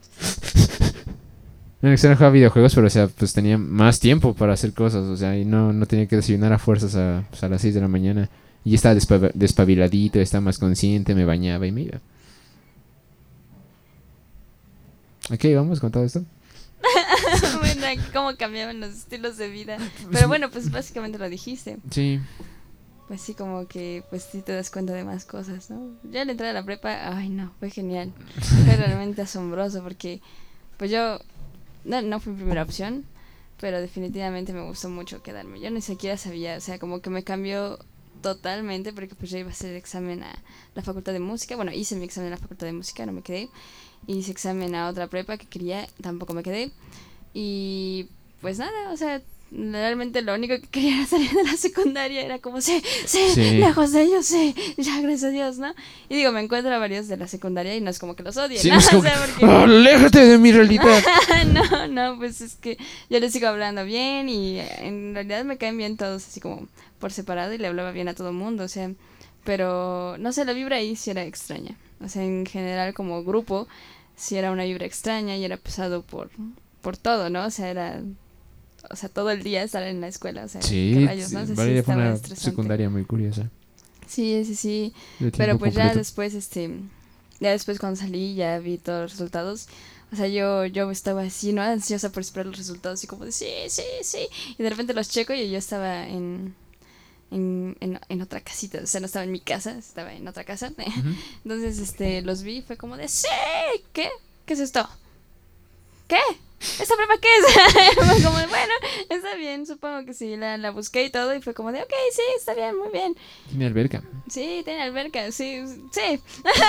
No que no jugaba videojuegos, pero o sea, pues tenía más tiempo para hacer cosas, o sea, y no tenía que desayunar a fuerzas a las 6 de la mañana. Y estaba despabiladito, estaba más consciente, me bañaba y me iba. Ok, vamos con todo esto. Bueno, cómo cambiaban los estilos de vida. Pero bueno, pues básicamente lo dijiste. Sí. Pues sí, como que pues sí te das cuenta de más cosas, ¿no? Ya al entrar a la prepa, ay no, fue genial. Fue realmente asombroso porque pues yo no fue mi primera opción, pero definitivamente me gustó mucho quedarme. Yo ni siquiera sabía, o sea, como que me cambió totalmente porque pues yo iba a hacer examen a la facultad de música. Bueno, hice mi examen a la facultad de música, no me quedé. Hice examen a otra prepa que quería, tampoco me quedé. Y pues nada, o sea, realmente lo único que quería era salir de la secundaria, era como, sí, Sí. lejos de ellos, sí, ya, gracias a Dios, ¿no? Y digo, me encuentro a varios de la secundaria y no es como que los odie, Sí, ¿no? no es como O sea, que, porque... ¡aléjate de mi realidad! No, pues es que yo les sigo hablando bien y en realidad me caen bien todos así como por separado y le hablaba bien a todo el mundo, o sea, pero no sé, la vibra ahí sí era extraña, o sea, en general como grupo sí era una vibra extraña y era pesado por todo, ¿no? O sea, era, o sea, todo el día estar en la escuela, o sea, qué Sí, rayos, ¿no? O sea, sí Valeria fue estaba una estresante. secundaria muy curiosa. Sí, De pero tiempo pues ya completo. después, ya después cuando salí ya vi todos los resultados. O sea, yo estaba así, ¿no? Ansiosa por esperar los resultados, y como de sí. Y de repente los checo y yo estaba en otra casita. O sea, no estaba en mi casa, estaba en otra casa. Ujú. Entonces, los vi y fue como de ¡sí! ¿Qué? ¿Qué es esto? ¿Qué? ¿Esta prueba qué es? Fue como de, bueno, está bien, supongo que sí. La busqué y todo y fue como de, ok, sí, está bien, muy bien. Tiene alberca. Sí, tiene alberca, sí.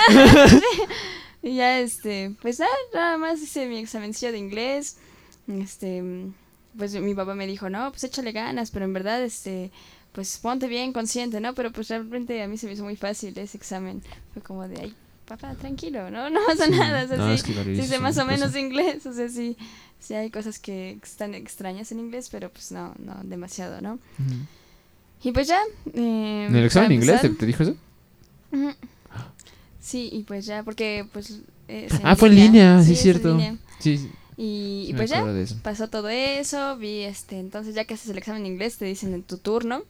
Y ya, pues nada más hice mi examencillo de inglés. Este, pues mi papá me dijo, no, pues échale ganas, pero en verdad, pues ponte bien consciente, ¿no? Pero pues realmente a mí se me hizo muy fácil ese examen. Fue como de, ay, papá, tranquilo, ¿no? No pasa Sí. nada, o sea, No, sí, es que Valeria sí sé es más una o menos cosa. inglés, o sea, sí, sí hay cosas que están extrañas en inglés, pero pues no demasiado, ¿no? Ujú. Y pues ya, ¿En el para examen de inglés empezar, te dijo eso? ujú, sí, y pues ya, porque pues es en Ah, fue en línea, línea, sí, sí, es en cierto. línea. Sí, sí, Y sí me pues ya, acuerdo de eso. pasó todo eso, vi entonces ya que haces el examen de inglés te dicen en tu turno.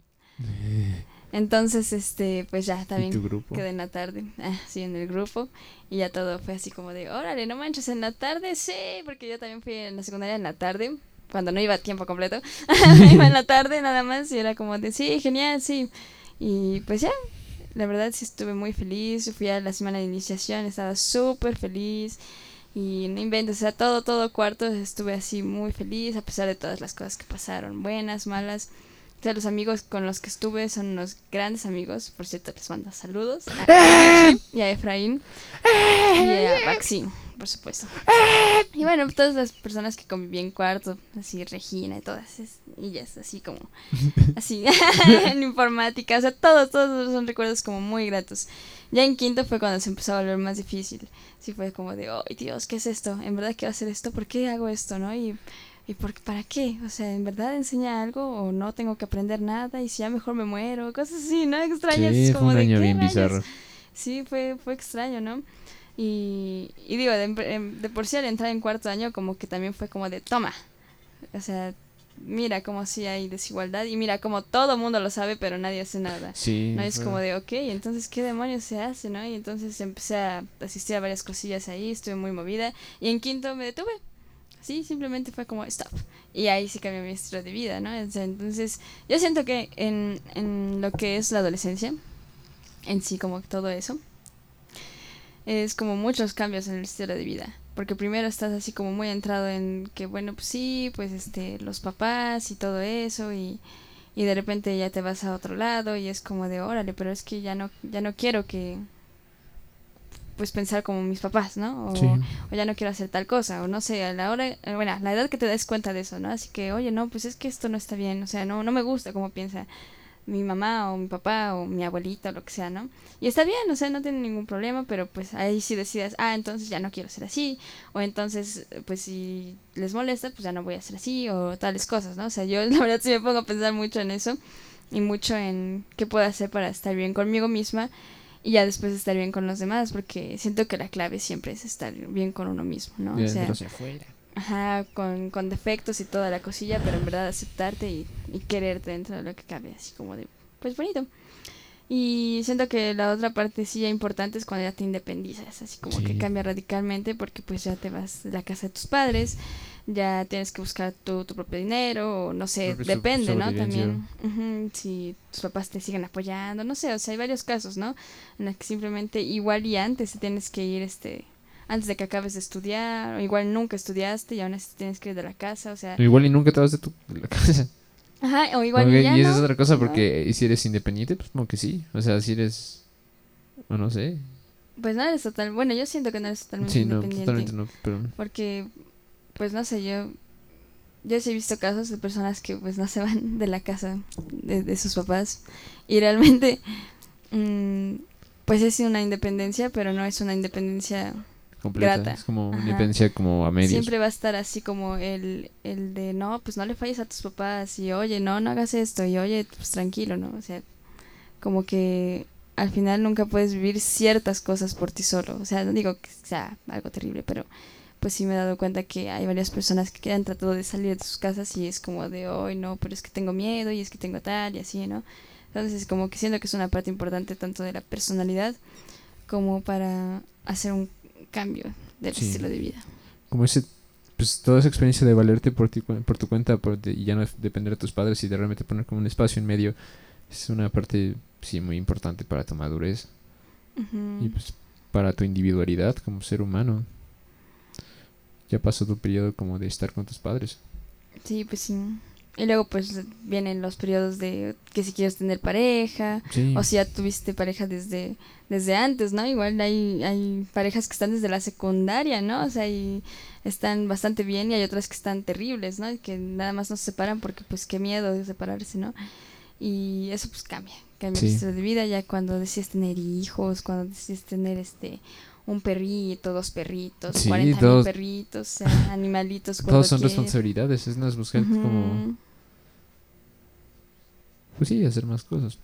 Entonces, pues ya ¿Y tu también grupo? quedé en la tarde, sí, en el grupo. Y ya todo fue así como de, órale, no manches, en la tarde, sí, porque yo también fui en la secundaria en la tarde, cuando no iba a tiempo completo. Iba en la tarde nada más y era como de, sí, genial, sí. Y pues ya, la verdad sí estuve muy feliz, fui a la semana de iniciación, estaba súper feliz. Y no inventes, o sea, todo cuarto estuve así muy feliz a pesar de todas las cosas que pasaron, buenas, malas. O sea, los amigos con los que estuve son unos grandes amigos. Por cierto, les mando saludos a Richie y a Efraín y a Baxi, por supuesto. Y bueno, todas las personas que conviví en cuarto, así Regina y todas ellas, así como, así, en informática, o sea, todos son recuerdos como muy gratos. Ya en quinto fue cuando se empezó a volver más difícil. Sí fue como de, ¡ay, Dios, qué es esto! ¿En verdad quiero hacer esto? ¿Por qué hago esto, no? ¿Y para qué? O sea, ¿en verdad enseña algo o no tengo que aprender nada? Y si ya mejor me muero, cosas así, ¿no? Extrañas, es Sí, fue como un de, año ¿qué bien rayos? bizarro. Sí, fue extraño, ¿no? Y digo, de por sí al entrar en cuarto año como que también fue como de, toma, o sea, mira como si hay desigualdad y mira como todo mundo lo sabe pero nadie hace nada. Sí, No es fue... como de, ok, entonces qué demonios se hace, ¿no? Y entonces empecé a asistir a varias cosillas ahí, estuve muy movida y en quinto me detuve. Sí, simplemente fue como stop. Y ahí sí cambió mi estilo de vida, ¿no? O sea, entonces, yo siento que en lo que es la adolescencia, en sí como todo eso, es como muchos cambios en el estilo de vida. Porque primero estás así como muy entrado en que, bueno, pues sí, pues los papás y todo eso, y de repente ya te vas a otro lado y es como de, órale, pero es que ya no quiero que, pues pensar como mis papás, ¿no? Sí. O ya no quiero hacer tal cosa, o no sé, a la hora, bueno, a la edad que te des cuenta de eso, ¿no? Así que, oye, no, pues es que esto no está bien, o sea, no me gusta cómo piensa mi mamá o mi papá o mi abuelita o lo que sea, ¿no? Y está bien, o sea, no tiene ningún problema, pero pues ahí sí decides, entonces ya no quiero ser así, o entonces, pues si les molesta, pues ya no voy a ser así, o tales cosas, ¿no? O sea, yo la verdad sí me pongo a pensar mucho en eso y mucho en qué puedo hacer para estar bien conmigo misma y ya después estar bien con los demás, porque siento que la clave siempre es estar bien con uno mismo, ¿no? De O adentro sea, hacia afuera. ajá, con defectos y toda la cosilla, pero en verdad aceptarte y quererte dentro de lo que cabe, así como de, pues bonito. Y siento que la otra parte sí ya importante es cuando ya te independizas, así como que Sí. cambia radicalmente porque pues ya te vas de la casa de tus padres, ya tienes que buscar tu propio dinero, o no sé, Propia depende, ¿no? sobrevivencia. También si tus papás te siguen apoyando, no sé, o sea, hay varios casos, ¿no? En los que simplemente igual y antes te tienes que ir, antes de que acabes de estudiar, o igual nunca estudiaste y aún así tienes que ir de la casa, o sea, O igual y nunca te vas de la casa. ajá, o igual Ok, y ya y esa es no, otra cosa ¿no? porque si eres independiente, pues como que sí. O sea, si eres... O no sé. Pues no eres total, bueno, yo siento que no eres totalmente Sí, no, independiente, totalmente no. Pero porque, pues no sé, yo yo sí he visto casos de personas que pues no se van de la casa de sus papás y realmente pues es una independencia, pero no es una independencia Completa. grata. Es como una Ajá. independencia como a medios. Siempre va a estar así como el de no, pues no le falles a tus papás y oye, no, no hagas esto y oye, pues tranquilo, ¿no? O sea, como que al final nunca puedes vivir ciertas cosas por ti solo. O sea, no digo que sea algo terrible, pero pues sí me he dado cuenta que hay varias personas que han tratado de salir de sus casas y es como de, hoy no, pero es que tengo miedo y es que tengo tal y así, ¿no? Entonces como que siento que es una parte importante tanto de la personalidad como para hacer un cambio del Sí. estilo de vida. Como ese, pues toda esa experiencia de valerte por ti, por tu cuenta y ya no depender de tus padres y de realmente poner como un espacio en medio es una parte, sí, muy importante para tu madurez y pues para tu individualidad como ser humano. Ya pasó tu periodo como de estar con tus padres. Sí, pues sí. Y luego pues vienen los periodos de que si quieres tener pareja Sí. o si ya tuviste pareja desde antes, ¿no? Igual hay parejas que están desde la secundaria, ¿no? O sea, y están bastante bien y hay otras que están terribles, ¿no? Y que nada más nos separan porque pues qué miedo de separarse, ¿no? Y eso pues cambia el Sí. estilo de vida ya cuando decides tener hijos, cuando decides tener un perrito, dos perritos, Sí, 40.000 todos- perritos, o sea, animalitos por Todos son doquier. responsabilidades, es más buscar como, Ujú. pues sí, hacer más cosas.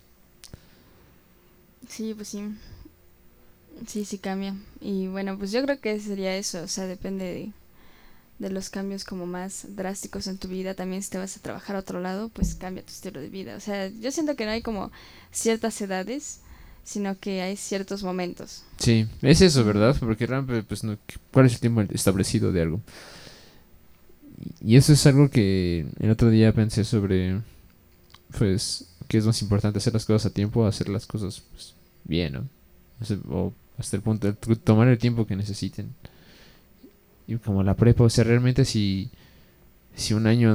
Sí, pues sí. Sí, sí cambia. Y bueno, pues yo creo que sería eso. O sea, depende de los cambios como más drásticos en tu vida. También si te vas a trabajar a otro lado, pues cambia tu estilo de vida. O sea, yo siento que no hay como ciertas edades, sino que hay ciertos momentos. Sí, es eso, ¿verdad? Porque realmente, pues, no, ¿cuál es el tiempo establecido de algo? Y eso es algo que el otro día pensé sobre, pues, que es más importante hacer las cosas a tiempo o hacer las cosas pues, bien, ¿no? O hasta el punto de tomar el tiempo que necesiten. Y como la prepa, o sea, realmente si un año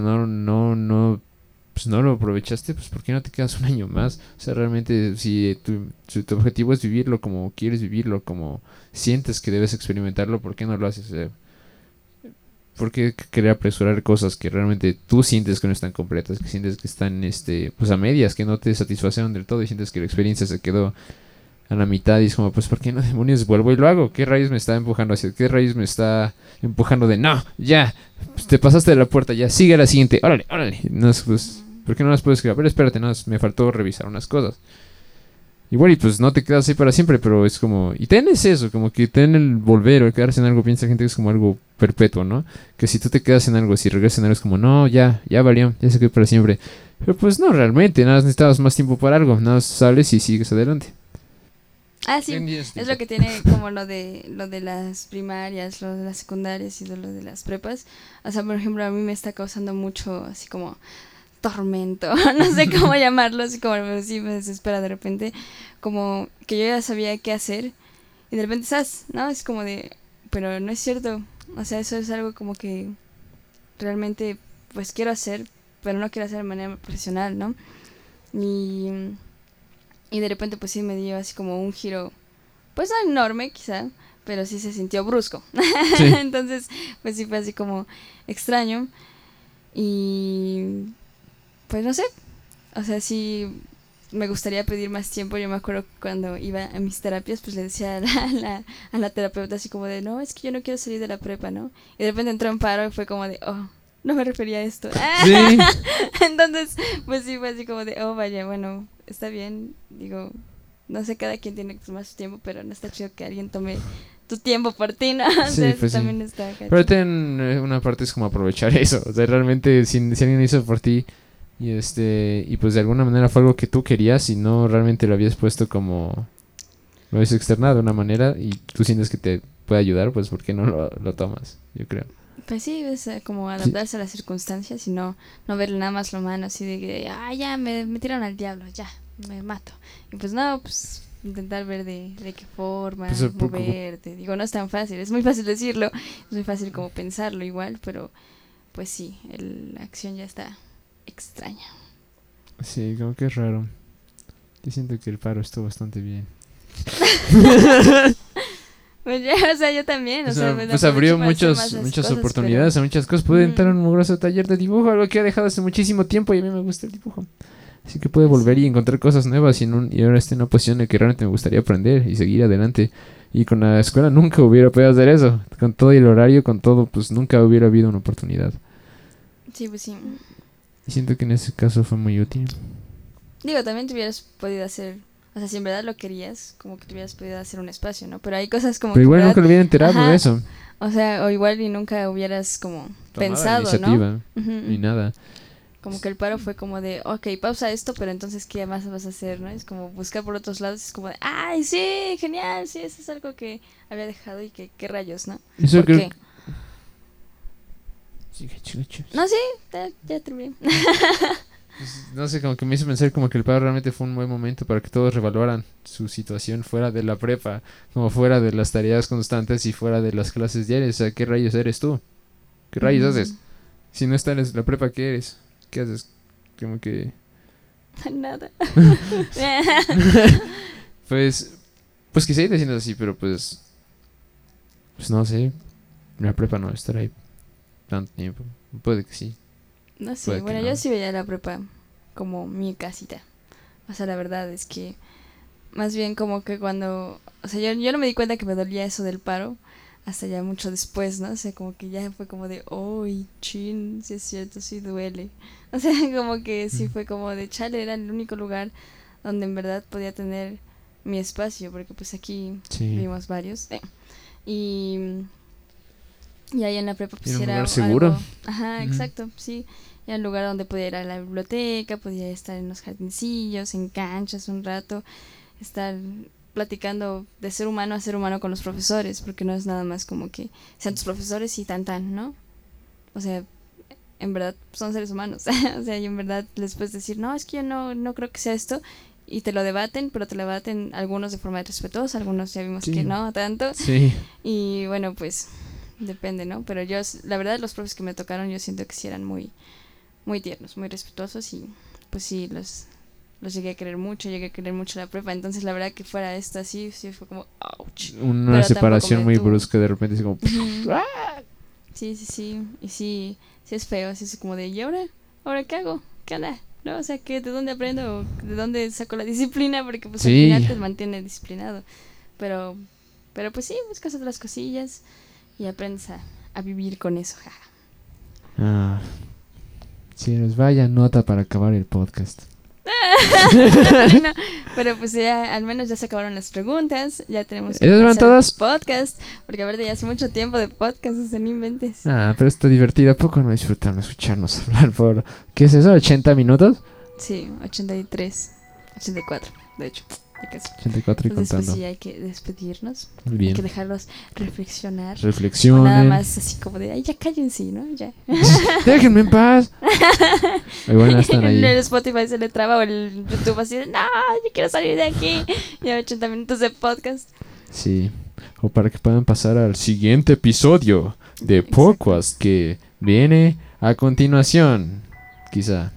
pues no lo aprovechaste, pues ¿por qué no te quedas un año más? O sea, realmente si tu objetivo es vivirlo como quieres vivirlo, como sientes que debes experimentarlo, ¿por qué no lo haces? O sea, ¿por qué querer apresurar cosas que realmente tú sientes que no están completas, que sientes que están pues a medias, que no te satisfacieron del todo y sientes que la experiencia se quedó a la mitad y es como, pues ¿por qué no demonios vuelvo y lo hago? ¿Qué rayos me está empujando hacia? ¿Qué rayos me está empujando de no, ya, pues, te pasaste de la puerta, ya, sigue a la siguiente, órale, órale? No, pues, ¿por qué no las puedes crear? Pero espérate, no, me faltó revisar unas cosas. Igual y pues no te quedas ahí para siempre, pero es como... Y tenés eso, como que ten el volver o el quedarse en algo, piensa gente que es como algo perpetuo, ¿no? Que si tú te quedas en algo, si regresas en algo es como, no, ya valió, ya se quedó para siempre. Pero pues no, realmente, nada más necesitabas más tiempo para algo, nada más sales y sigues adelante. Ah, sí, es lo que tiene como lo de las primarias, lo de las secundarias y lo de las prepas. O sea, por ejemplo, a mí me está causando mucho así como tormento, no sé cómo llamarlo, así como sí me desespera de repente, como que yo ya sabía qué hacer y de repente, ¿sabes? ¿No? Es como de, pero no es cierto. O sea, eso es algo como que realmente pues quiero hacer, pero no quiero hacer de manera profesional, ¿no? Y, y de repente pues sí me dio así como un giro, pues no enorme quizá, pero sí se sintió brusco. Sí. Entonces pues sí fue así como extraño y pues no sé, o sea, sí me gustaría pedir más tiempo. Yo me acuerdo que cuando iba a mis terapias, pues le decía a la terapeuta así como de, no, es que yo no quiero salir de la prepa, ¿no? Y de repente entró en paro y fue como de, oh, no me refería a esto. Sí. Entonces, pues sí, fue así como de, oh, vaya, bueno, está bien. Digo, no sé, cada quien tiene que tomar su tiempo, pero no está chido que alguien tome tu tiempo por ti, ¿no? O Sí, sea, eso pues sí. también está gacho. Pero una parte es como aprovechar eso. O sea, realmente si alguien hizo por ti y pues de alguna manera fue algo que tú querías y no realmente lo habías puesto como lo habías externado de una manera y tú sientes que te puede ayudar, pues ¿por qué no lo tomas? Yo creo. Pues sí, es como adaptarse a las circunstancias y no verle nada más lo malo, así de que, ya me tiran al diablo, ya, me mato. Y pues no, pues intentar ver de qué forma, Pues, moverte. Digo, no es tan fácil, es muy fácil decirlo, es muy fácil como pensarlo igual, pero pues sí, la acción ya está extraña. Sí, como que es raro. Yo siento que el paro estuvo bastante bien. Pues ya, o sea, yo también. O sea, me pues aprovecho abrió para hacer más muchas cosas, oportunidades a muchas cosas. Pude entrar a un mugroso taller de dibujo, algo que he dejado hace muchísimo tiempo y a mí me gusta el dibujo. Así que pude volver y encontrar cosas nuevas y ahora estoy en una posición en que realmente me gustaría aprender y seguir adelante. Y con la escuela nunca hubiera podido hacer eso. Con todo el horario, con todo, pues nunca hubiera habido una oportunidad. Sí, pues sí. Y siento que en ese caso fue muy útil. Digo, también te hubieras podido hacer, o sea, si en verdad lo querías, como que te hubieras podido hacer un espacio, ¿no? Pero hay cosas como Pero que en igual verdad, nunca lo hubiera enterado ajá, de eso. o sea, o igual y nunca hubieras como Tomar pensado, la iniciativa, ¿no? Ujú. ni nada. Como que el paro fue como de, ok, pausa esto, pero entonces, ¿qué más vas a hacer, no? Es como buscar por otros lados, es como de, ay, sí, genial, sí, eso es algo que había dejado y que, ¿qué rayos, no? Eso ¿Por creo... qué? Sí, chucho. No, sí, ya terminé. Pues, no sé, como que me hizo pensar como que el paro realmente fue un buen momento para que todos revaluaran su situación fuera de la prepa, como fuera de las tareas constantes y fuera de las clases diarias. O sea, ¿qué rayos eres tú? ¿Qué rayos haces? Si no estás en la prepa, ¿qué eres? ¿Qué haces? Como que... Nada. Pues quise ir diciendo así, pero pues no sé. La prepa no va a estar ahí tanto tiempo. Puede que sí. No sé, Puede que bueno, no. yo sí veía la prepa como mi casita. O sea, la verdad es que más bien como que cuando... O sea, yo no me di cuenta que me dolía eso del paro hasta ya mucho después, ¿no? O sea, como que ya fue como de, ¡uy, chin! Sí es cierto, sí duele. O sea, como que sí fue como de, chale, era el único lugar donde en verdad podía tener mi espacio, porque pues aquí Sí. vivimos varios. Y ahí en la prepa pues Era un era lugar seguro. algo... Ajá, Ujú. exacto, sí. Era un lugar donde podía ir a la biblioteca, podía estar en los jardincillos, en canchas un rato, estar platicando de ser humano a ser humano con los profesores, porque no es nada más como que sean tus profesores y tan, ¿no? O sea, en verdad son seres humanos. O sea, y en verdad les puedes decir, no, es que yo no creo que sea esto, y te lo debaten, pero te lo debaten algunos de forma respetuosa, algunos ya vimos Sí. que no tanto. Sí. Y bueno, pues depende, ¿no? Pero yo, la verdad, los profes que me tocaron, yo siento que sí eran muy, muy tiernos, muy respetuosos y pues sí, los llegué a querer mucho la prepa. Entonces, la verdad que fuera esto así, sí fue como, ouch. Una Pero separación tampoco muy me tuvo. brusca de repente. Es como... Sí, sí, sí. Y sí, sí es feo, así es como de, ¿y ahora? ¿Ahora qué hago? ¿Qué onda? ¿No? O sea, ¿de dónde aprendo? ¿De dónde saco la disciplina? Porque pues al Sí. final te mantiene disciplinado. Pero pues sí, buscas otras cosillas y aprendes a vivir con eso. Jaja. Ah, si nos vaya nota para acabar el podcast. No, pero pues ya, al menos ya se acabaron las preguntas. Ya tenemos que ¿Esas van hacer todas? podcast. Porque a ver, ya hace mucho tiempo de podcast, o sea, no inventes. Ah, pero está divertido. ¿A poco no disfrutaron escucharnos hablar por... ¿Qué es eso? ¿80 minutos? Sí, 83, 84, de hecho. Ya casi. 84 y Entonces, pues contando. sí, hay que despedirnos. Muy Hay bien. que dejarlos reflexionar. O nada Reflexionen. más así como de, ay, ya cállense, ¿no? Ya. Déjenme en paz. Igual no están ahí. El Spotify se le traba o el YouTube así de, no, yo quiero salir de aquí. Ya 80 minutos de podcast. Sí. O para que puedan pasar al siguiente episodio de Exacto. podcast que viene a continuación. Quizá.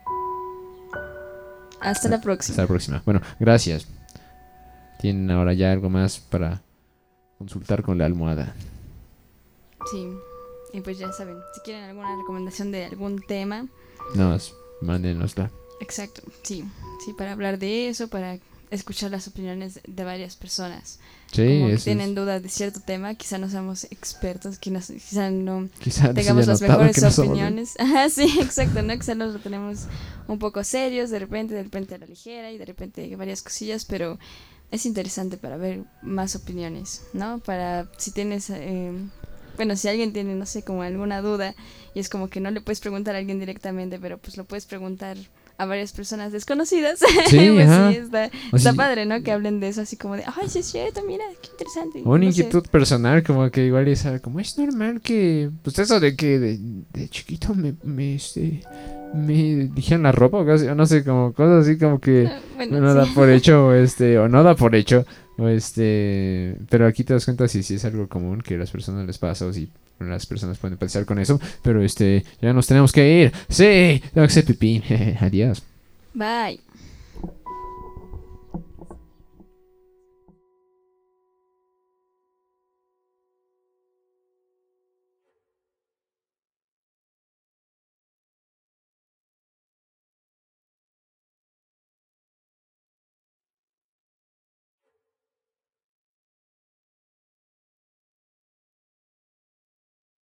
Hasta la Hasta próxima. la próxima. Bueno, gracias. Tienen ahora ya algo más para consultar con la almohada. Sí. Y pues ya saben, si quieren alguna recomendación de algún tema, Nada más, mándenosla. exacto, sí. Sí, para hablar de eso, para escuchar las opiniones de varias personas. Sí, Como que eso tienen es. dudas de cierto tema, quizá no seamos expertos, quizá no Quizá no se tengamos haya las notado mejores que no somos opiniones. Ajá, sí, exacto, ¿no? Quizá nos lo tenemos un poco serios, de repente a la ligera y de repente varias cosillas, pero es interesante para ver más opiniones, ¿no? Para si tienes, bueno, si alguien tiene, no sé, como alguna duda y es como que no le puedes preguntar a alguien directamente, pero pues lo puedes preguntar a varias personas desconocidas. Sí, Pues ajá. sí, O está si- padre, ¿no? Que hablen de eso así como de, ay, sí es cierto, mira, qué interesante. O una No sé. inquietud personal, como que igual es como es normal que, pues eso de que de chiquito me dijeron la ropa o casi, o no sé, como cosas así como que Bueno, no da sí. por hecho, o no da por hecho, pero aquí te das cuenta si es algo común que a las personas les pasa o si las personas pueden empatizar con eso, pero ya nos tenemos que ir, sí, tengo que hacer pipí, adiós. Bye.